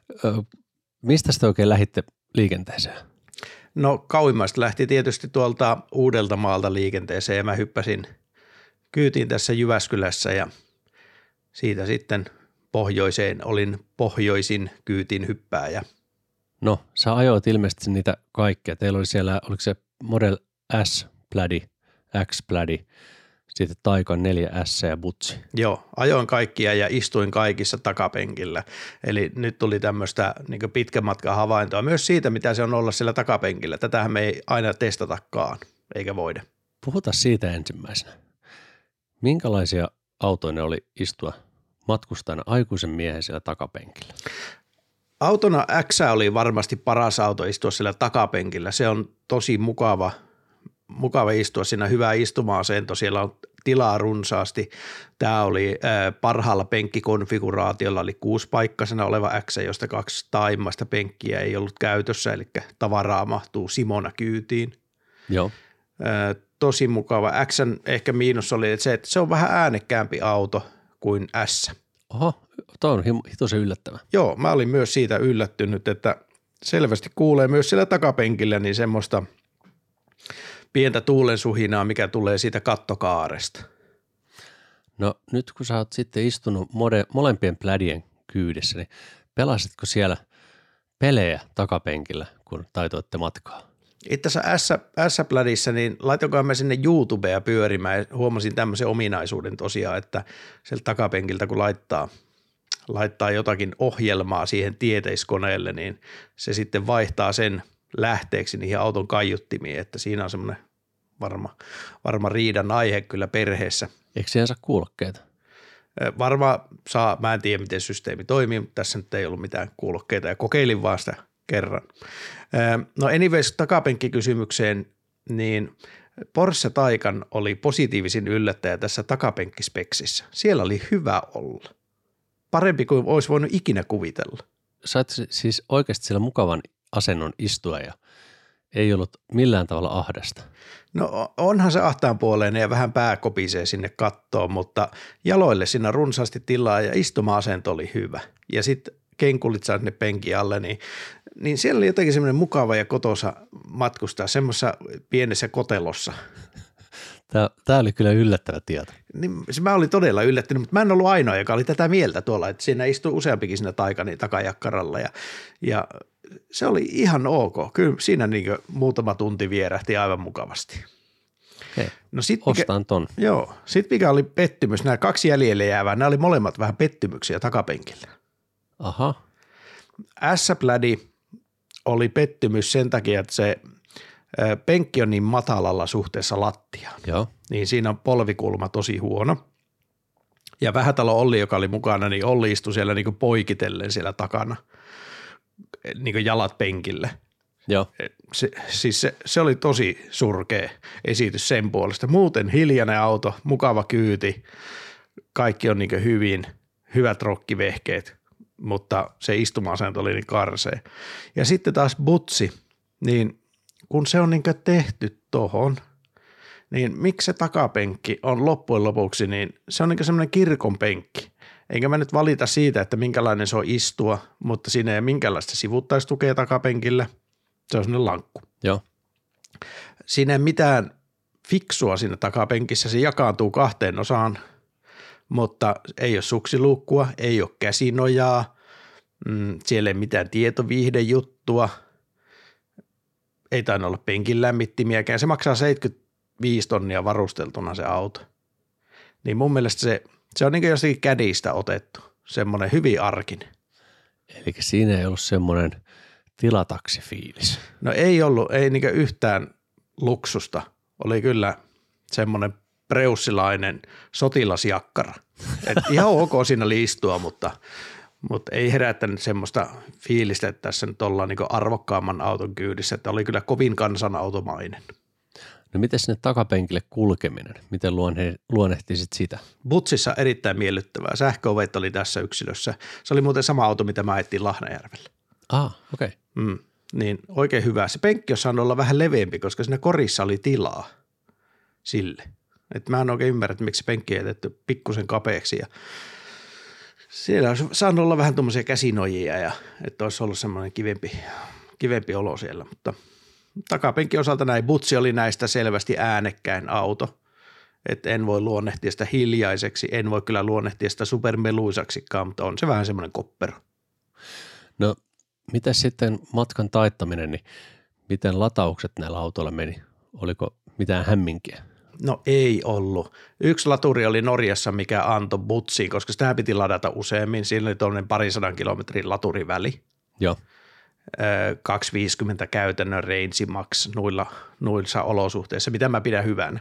Mistä te oikein lähditte liikenteeseen? No kauimmasta lähti tietysti tuolta Uudeltamaalta liikenteeseen ja mä hyppäsin kyytiin tässä Jyväskylässä ja siitä sitten pohjoiseen olin pohjoisin kyytin hyppääjä. No sä ajoit ilmeisesti niitä kaikkia. Teillä oli siellä, oliko se Model S-plädi, X-plädi, sitten Taycan neljä S ja butsi. Joo, ajoin kaikkia ja istuin kaikissa takapenkillä. Eli nyt tuli tämmöistä niin pitkän matkan havaintoa myös siitä, mitä se on olla siellä takapenkillä. Tätähän me ei aina testatakaan, eikä voida. Puhutaan siitä ensimmäisenä. Minkälaisia autoja ne oli istua matkustajana aikuisen miehen siellä takapenkillä? Autona X oli varmasti paras auto istua siellä takapenkillä. Se on tosi mukava, mukava istua siinä, hyvä istuma-asento. Siellä on tilaa runsaasti. Tämä oli ää, parhaalla penkkikonfiguraatiolla, oli kuusipaikkaisena oleva X, josta kaksi taimmaista penkkiä ei ollut käytössä, eli tavaraa mahtuu Simona kyytiin. Joo. Ää, tosi mukava. X:n ehkä miinus oli että se, että se on vähän äänekkäämpi auto kuin S. Oho, toi on hitoisen yllättävä. Joo, mä olin myös siitä yllättynyt, että selvästi kuulee myös siellä takapenkillä niin semmoista pientä tuulen suhinaa, mikä tulee siitä kattokaaresta. No nyt kun sä oot sitten istunut mode, molempien plädien kyydessä, niin pelasitko siellä pelejä takapenkillä, kun taitoitte matkaa? Itse asiassa S-plädissä, niin laitoinkohan mä sinne YouTubea pyörimään ja huomasin tämmöisen ominaisuuden tosiaan, että sieltä takapenkiltä kun laittaa, laittaa jotakin ohjelmaa siihen tieteiskoneelle, niin se sitten vaihtaa sen lähteeksi niihin auton kaiuttimiin, että siinä on semmoinen varma, varma riidan aihe kyllä perheessä. Eikö siihen saa kuulokkeita? Varmaan saa, mä en tiedä miten systeemi toimii, mutta tässä nyt ei ollut mitään kuulokkeita ja kokeilin vaan sitä kerran. No anyways, takapenkkikysymykseen, niin Porsche Taycan oli positiivisin yllättäjä tässä takapenkkispeksissä. Siellä oli hyvä olla. Parempi kuin olisi voinut ikinä kuvitella. Sait siis oikeasti siellä mukavan asennon istua ja ei ollut millään tavalla ahdasta. No onhan se ahtaan puoleinen ja vähän pää kopisee sinne kattoon, mutta jaloille siinä runsaasti tilaa ja istuma-asento oli hyvä. Ja sitten kenkulit saa sinne penkin alle, niin, niin siellä oli jotenkin semmoinen mukava ja kotosa matkustaa semmoisessa pienessä kotelossa. Tämä, tämä oli kyllä yllättävä tieto. Niin, mä olin todella yllättynyt, mutta mä en ollut ainoa, joka oli tätä mieltä tuolla, että siinä istui useampikin siinä Taycanin takajakkaralla ja, ja se oli ihan ok. Kyllä siinä niin muutama tunti vierähti aivan mukavasti. Hei, no sit ostaan mikä, ton. Joo. Sitten mikä oli pettymys, nämä kaksi jäljelle jäävää, nämä oli molemmat vähän pettymyksiä takapenkillä. Aha. S-plädi oli pettymys sen takia, että se penkki on niin matalalla suhteessa lattiaan. Joo. Niin siinä on polvikulma tosi huono. Ja Vähätalo Olli, joka oli mukana, niin Olli istui siellä niin kuin poikitellen siellä takana, niin kuin jalat penkille. Joo. Se, siis se, se oli tosi surkea esitys sen puolesta. Muuten hiljainen auto, mukava kyyti, kaikki on niin kuin hyvin, hyvät rokkivehkeet, mutta se istuma-asento oli niin karsea. Ja sitten taas butsi, niin kun se on niin kuin tehty tohon, niin miksi se takapenkki on loppujen lopuksi, niin se on niin kuin semmoinen kirkon penkki. Enkä mä nyt valita siitä, että minkälainen se on istua, mutta siinä ei ole minkäänlaista sivuttaistukea takapenkillä. Se on semmoinen lankku. Joo. Siinä ei mitään fiksua siinä takapenkissä, se jakaantuu kahteen osaan, mutta ei ole suksiluukkua, ei ole käsinojaa, mm, siellä ei mitään tietoviihdejuttua, ei tainnut olla penkin lämmittimiäkään. Se maksaa seitsemänkymmentäviisi tonnia varusteltuna se auto. Niin mun mielestä se, se on niin kuin jostakin kädistä otettu, semmoinen hyvin arkinen. Eli siinä ei ollut semmoinen tilataksifiilis. No ei ollut, ei niin kuin yhtään luksusta. Oli kyllä semmoinen preussilainen sotilasjakkara. Et ihan ok siinä liistua, mutta, mutta ei herättänyt semmoista fiilistä, että tässä nyt ollaan niin kuin arvokkaamman auton kyydissä. Että oli kyllä kovin kansanautomainen. No miten sinne takapenkille kulkeminen? Miten luonne, luonnehtisit sitä? Butsissa erittäin miellyttävää. Sähköovet oli tässä yksilössä. Se oli muuten sama auto, mitä mä ajettiin Lahnajärvellä. Ah, okei. Okay. Mm, niin oikein hyvä. Se penkki on saanut olla vähän leveämpi, koska siinä korissa oli tilaa sille. Et mä en oikein ymmärrä, että miksi se penkki on jätetty pikkusen kapeaksi. Ja siellä olisi saanut olla vähän tuommoisia käsinojia ja että olisi ollut semmoinen kivempi, kivempi olo siellä, mutta takapenkin osalta näin. Butsi oli näistä selvästi äänekkäin auto, että en voi luonnehtia sitä hiljaiseksi, en voi kyllä luonnehtia sitä supermeluisaksikaan, mutta on se vähän semmoinen koppero. No mitä sitten matkan taittaminen, niin miten lataukset näillä autoilla meni? Oliko mitään hämminkiä? No ei ollut. Yksi laturi oli Norjassa, mikä antoi butsiin, koska sitä piti ladata useammin. Siinä oli tuollainen parisadan kilometrin laturiväli. Joo. kaksisataaviisikymmentä käytännön range max noilla, noissa olosuhteissa, mitä mä pidän hyvänä.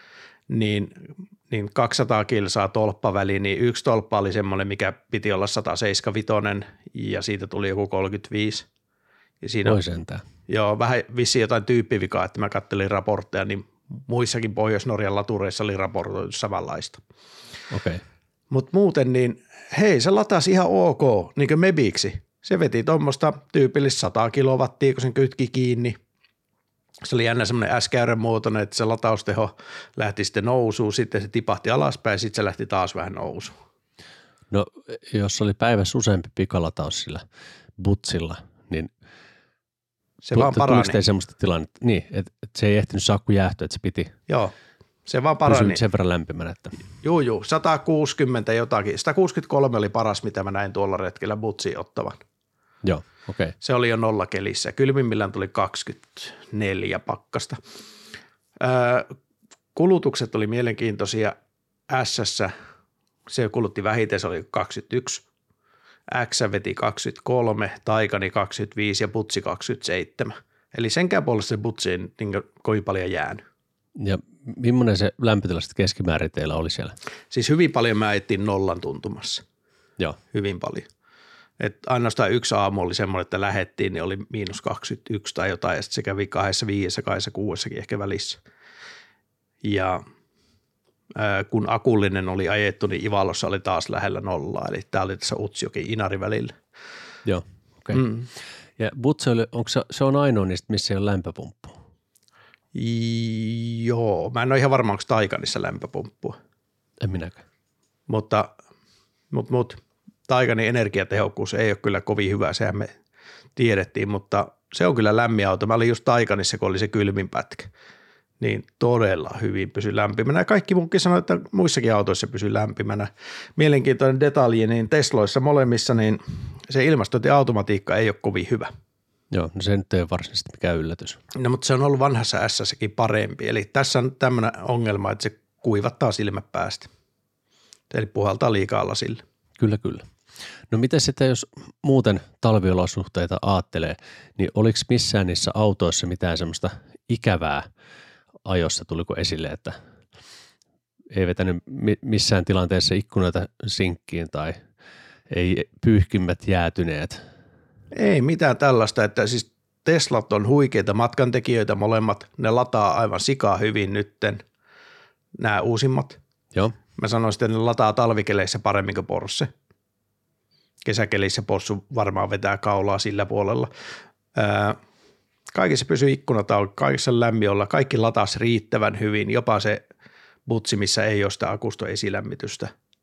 Niin, niin kaksisataa kilsaa tolppaväli, niin yksi tolppa oli semmoinen, mikä piti olla sata seitsemänkymmentäviisi ja siitä tuli joku kolmekymmentäviisi. Ja siinä Voi sentään. Joo, vähän vissiin jotain tyyppivikaa, että mä kattelin raportteja, niin muissakin Pohjois-Norjan latureissa oli raportoitu samanlaista. Okei. Okay. Mutta muuten niin, hei, se latasi ihan ok, niin kuin Mebiksi. Se veti tuommoista tyypillistä sata kilowattia, kun sen kytki kiinni. Se oli jännä semmoinen S-käyrän muotoinen, että se latausteho lähti sitten nousuun, sitten se tipahti alaspäin ja sitten se lähti taas vähän nousuun. No jos oli päivässä useampi pikalataus sillä butsilla, niin se vaan parani. Tuliko semmoista tilannetta, niin, että, että se ei ehtinyt saakku jäähtyä, että se piti Joo, se vaan parani. sen verran lämpimänä. Että. Juu, juu, sata kuusikymmentä jotakin. sata kuusikymmentäkolme oli paras, mitä mä näin tuolla retkellä butsiin ottavan. Joo, okei. Okay. Se oli jo nollakelissä. Kylmimmillään tuli kaksikymmentäneljä pakkasta. Öö, kulutukset oli mielenkiintoisia. S:ssä se kulutti vähiten, se oli kaksikymmentäyksi. X veti kaksikymmentäkolme, Taikani kaksikymmentäviisi ja Butsi kaksikymmentäseitsemän. Eli senkään puolesta se Butsi ei niin kovin paljon jäänyt. Ja millainen se lämpötila keskimäärin teillä oli siellä? Siis hyvin paljon mä etsin nollan tuntumassa. Joo. Hyvin paljon. Et ainoastaan yksi aamu oli semmoinen, että lähettiin, niin oli miinus kaksikymmentäyksi tai jotain, ja sitten se kävi kahdessa viidessä, kahdessa kuudessakin ehkä välissä. Ja ää, kun akullinen oli ajettu, niin Ivalossa oli taas lähellä nollaa, eli tämä oli tässä Utsjoki Inari välillä. Joo, okei. Okay. Mm. Ja Butse, onko se, se on ainoa niistä, missä ei ole lämpöpumppua? Joo, mä en ole ihan varma, onko Taikanissa lämpöpumppua. En minäkään. Mutta, mutta, mutta Taikanin energiatehokkuus ei ole kyllä kovin hyvä, sehän me tiedettiin, mutta se on kyllä lämmin auto. Mä olin just Taikanissa, kun oli se kylmin pätkä, niin todella hyvin pysyi lämpimänä. Ja kaikki munkin sanoi, että muissakin autoissa pysyy lämpimänä. Mielenkiintoinen detalji, niin Tesloissa molemmissa, niin se ilmastointiautomatiikka ei ole kovin hyvä. Joo, no se nyt ei ole varsinaisesti mikään yllätys. No mutta se on ollut vanhassa S:ssäkin parempi. Eli tässä on tämmöinen ongelma, että se kuivattaa silmät päästä. Eli puhaltaa liikaa lasille. Kyllä, kyllä. No miten sitten, jos muuten talviolosuhteita aattelee, niin oliko missään niissä autoissa mitään semmoista ikävää ajossa, tuliko esille, että ei vetänyt missään tilanteessa ikkunoita sinkkiin tai ei pyyhkimmät jäätyneet? Ei mitään tällaista, että siis Teslat on huikeita matkantekijöitä molemmat, ne lataa aivan sikaa hyvin nytten, nämä uusimmat. Joo. Mä sanoisin, että ne lataa talvikeleissä paremmin kuin Porsche. Kesäkelissä Porsche varmaan vetää kaulaa sillä puolella. Ää, kaikissa pysyy ikkunat auki, kaikissa lämmiolla, kaikki lataas riittävän hyvin, jopa se butsi, missä ei ole sitä akusto esilämmitystä.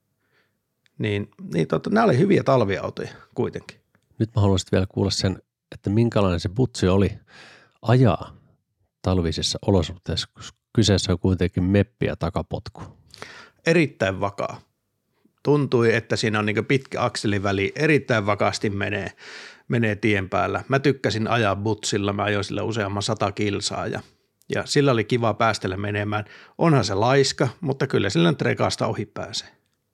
Niin, niin totta, nämä oli hyviä talviautoja kuitenkin. Nyt mä haluaisin vielä kuulla sen, että minkälainen se butsi oli ajaa talvisissa olosuhteissa, koska kyseessä on kuitenkin meppi ja takapotku. Erittäin vakaa. Tuntui, että siinä on niin pitkä akseliväli, erittäin vakaasti menee, menee tien päällä. Mä tykkäsin ajaa butsilla, mä ajoin sillä useamman sata kilsaa ja, ja sillä oli kiva päästellä menemään. Onhan se laiska, mutta kyllä sillä nyt rekasta ohi pääsee.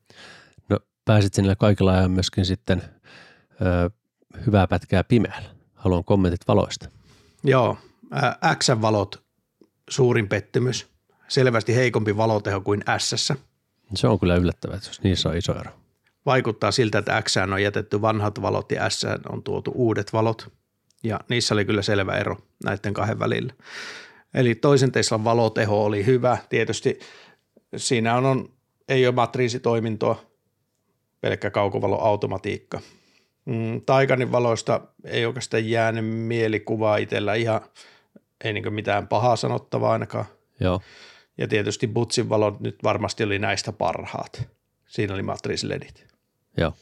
No pääsit sinillä kaikilla ajan myöskin sitten ö, hyvää pätkää pimeällä. Haluan kommentit valoista. Joo, X-valot suurin pettymys. Selvästi heikompi valoteho kuin S:ssä. Se on kyllä yllättävää, jos niissä on iso ero. Vaikuttaa siltä, että X:ään on jätetty vanhat valot ja S:ään on tuotu uudet valot. Ja niissä oli kyllä selvä ero näiden kahden välillä. Eli toisen Teslan valoteho oli hyvä. Tietysti siinä on, on ei ole matriisitoimintoa, pelkkä kaukovaloautomatiikka. Mm, Taycanin valoista ei oikeastaan jäänyt mielikuvaa itsellä ihan, ei niin mitään pahaa sanottavaa ainakaan. Joo. Ja tietysti butsin valot nyt varmasti oli näistä parhaat. Siinä oli matriisiledit. Joo.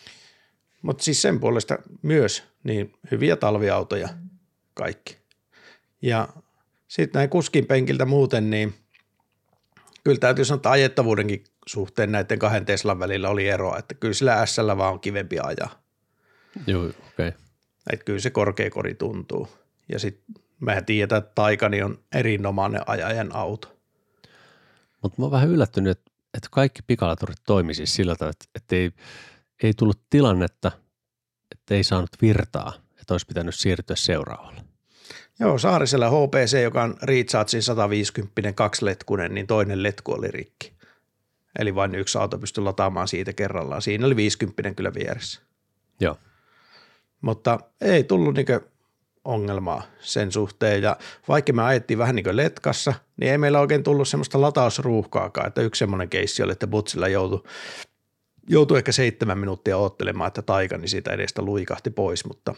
Mutta siis sen puolesta myös niin hyviä talviautoja kaikki. Ja sitten näin kuskin penkiltä muuten, niin kyllä täytyy sanoa, että ajettavuudenkin suhteen näiden kahden Teslan välillä oli eroa, että kyllä sillä S:llä vaan on kivempi ajaa. Joo, okei. Okay. Että kyllä se korkea kori tuntuu. Ja sitten mehän tiedetään, että Taycan on erinomainen ajajan auto. Mutta mä oon vähän yllättynyt, että, että kaikki pikalaturit toimi siis sillä tavalla, että, että ei, ei tullut tilannetta, että ei saanut virtaa, että olisi pitänyt siirtyä seuraavalle. Joo, Saarisella H P C, joka on Rechargein sata viisikymmentä kaksiletkunen, niin toinen letku oli rikki. Eli vain yksi auto pystyi lataamaan siitä kerrallaan. Siinä oli viisikymmentä kyllä vieressä. Joo. Mutta ei tullut niinkö ongelmaa sen suhteen, ja vaikka me ajettiin vähän niin kuin letkassa, niin ei meillä oikein tullut semmoista latausruuhkaakaan, että yksi semmoinen keissi oli, että butsilla joutui, joutui ehkä seitsemän minuuttia odottelemaan, että Taycan niin siitä edestä luikahti pois, mutta,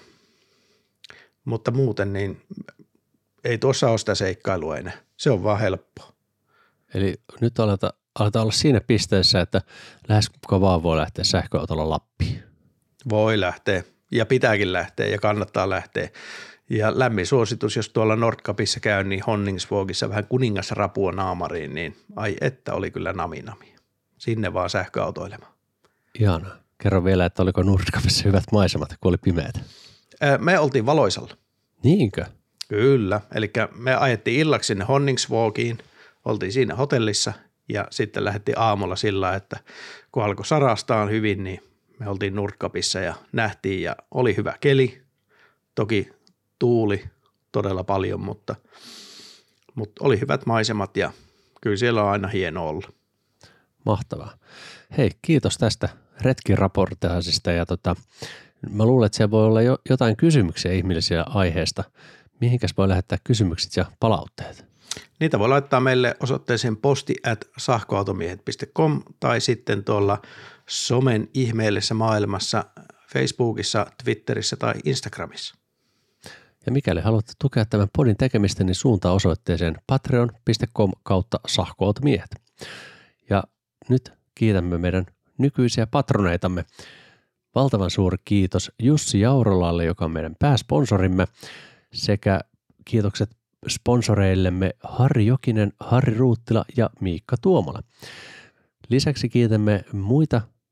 mutta muuten niin ei tuossa ole sitä seikkailua enää. Se on vaan helppoa. Eli nyt aletaan, aletaan olla siinä pisteessä, että lähes kuka vaan voi lähteä sähköautolla Lappiin. Voi lähteä ja pitääkin lähteä ja kannattaa lähteä. Ja lämmin suositus, jos tuolla Nordkapissa käy, niin Honningsvågissa vähän kuningasrapua naamariin, niin ai että oli kyllä nami-nami. Sinne vaan sähköautoilemaan. Ihanaa. Kerro vielä, että oliko Nordkapissa hyvät maisemat, kun oli pimeätä? Me oltiin valoisalla. Niinkö? Kyllä. Eli me ajettiin illaksi sinne Honningsvågiin, oltiin siinä hotellissa ja sitten lähdettiin aamulla sillä, että kun alkoi sarastaa hyvin, niin me oltiin Nordkapissa ja nähtiin ja oli hyvä keli. Toki tuuli todella paljon, mutta, mutta oli hyvät maisemat ja kyllä siellä on aina hieno olla. Mahtavaa. Hei, kiitos tästä retkiraportaasista ja tota, mä luulen, että siellä voi olla jo jotain kysymyksiä ihmisiä aiheesta. Mihinkäs voi lähettää kysymykset ja palautteet? Niitä voi laittaa meille osoitteeseen posti at sähköautomiehet piste com tai sitten tuolla somen ihmeellisessä maailmassa Facebookissa, Twitterissä tai Instagramissa. Ja mikäli haluatte tukea tämän podin tekemistä, niin suuntaa osoitteeseen patreon piste com kautta sähköautomiehet. Ja nyt kiitämme meidän nykyisiä patroneitamme. Valtavan suuri kiitos Jussi Jaurolalle, joka on meidän pääsponsorimme, sekä kiitokset sponsoreillemme Harri Jokinen, Harri Ruuttila ja Miikka Tuomola. Lisäksi kiitämme muita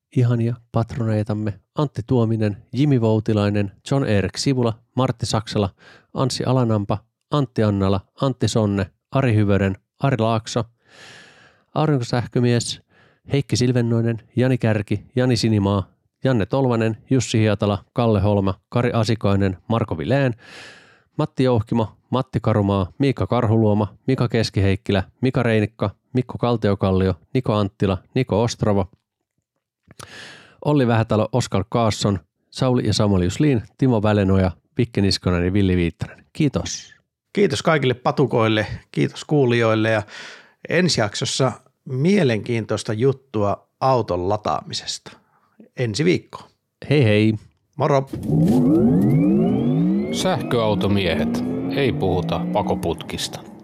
ihania patroneitamme Antti Tuominen, Jimi Voutilainen, John Erik Sivula, Martti Saksala, Anssi Alanampa, Antti Annala, Antti Sonne, Ari Hyvönen, Ari Laakso, Aurinkosähkömies, Heikki Silvennoinen, Jani Kärki, Jani Sinimaa, Janne Tolvanen, Jussi Hietala, Kalle Holma, Kari Asikainen, Marko Vilään, Matti Jouhkimo, Matti Karumaa, Miika Karhuluoma, Mika Keskiheikkilä, Mika Reinikka, Mikko Kaltiokallio, Niko Anttila, Niko Ostrovo, Olli Vähätalo, Oskar Kaasson, Sauli ja Samuli Juslin, Timo Välenoja, Vikke Niskonen ja Villi Viittanen. Kiitos. Kiitos kaikille patukoille, kiitos kuulijoille ja ensi jaksossa mielenkiintoista juttua auton lataamisesta. Ensi viikko. Hei hei. Moro. Sähköautomiehet. Ei puhuta pakoputkista.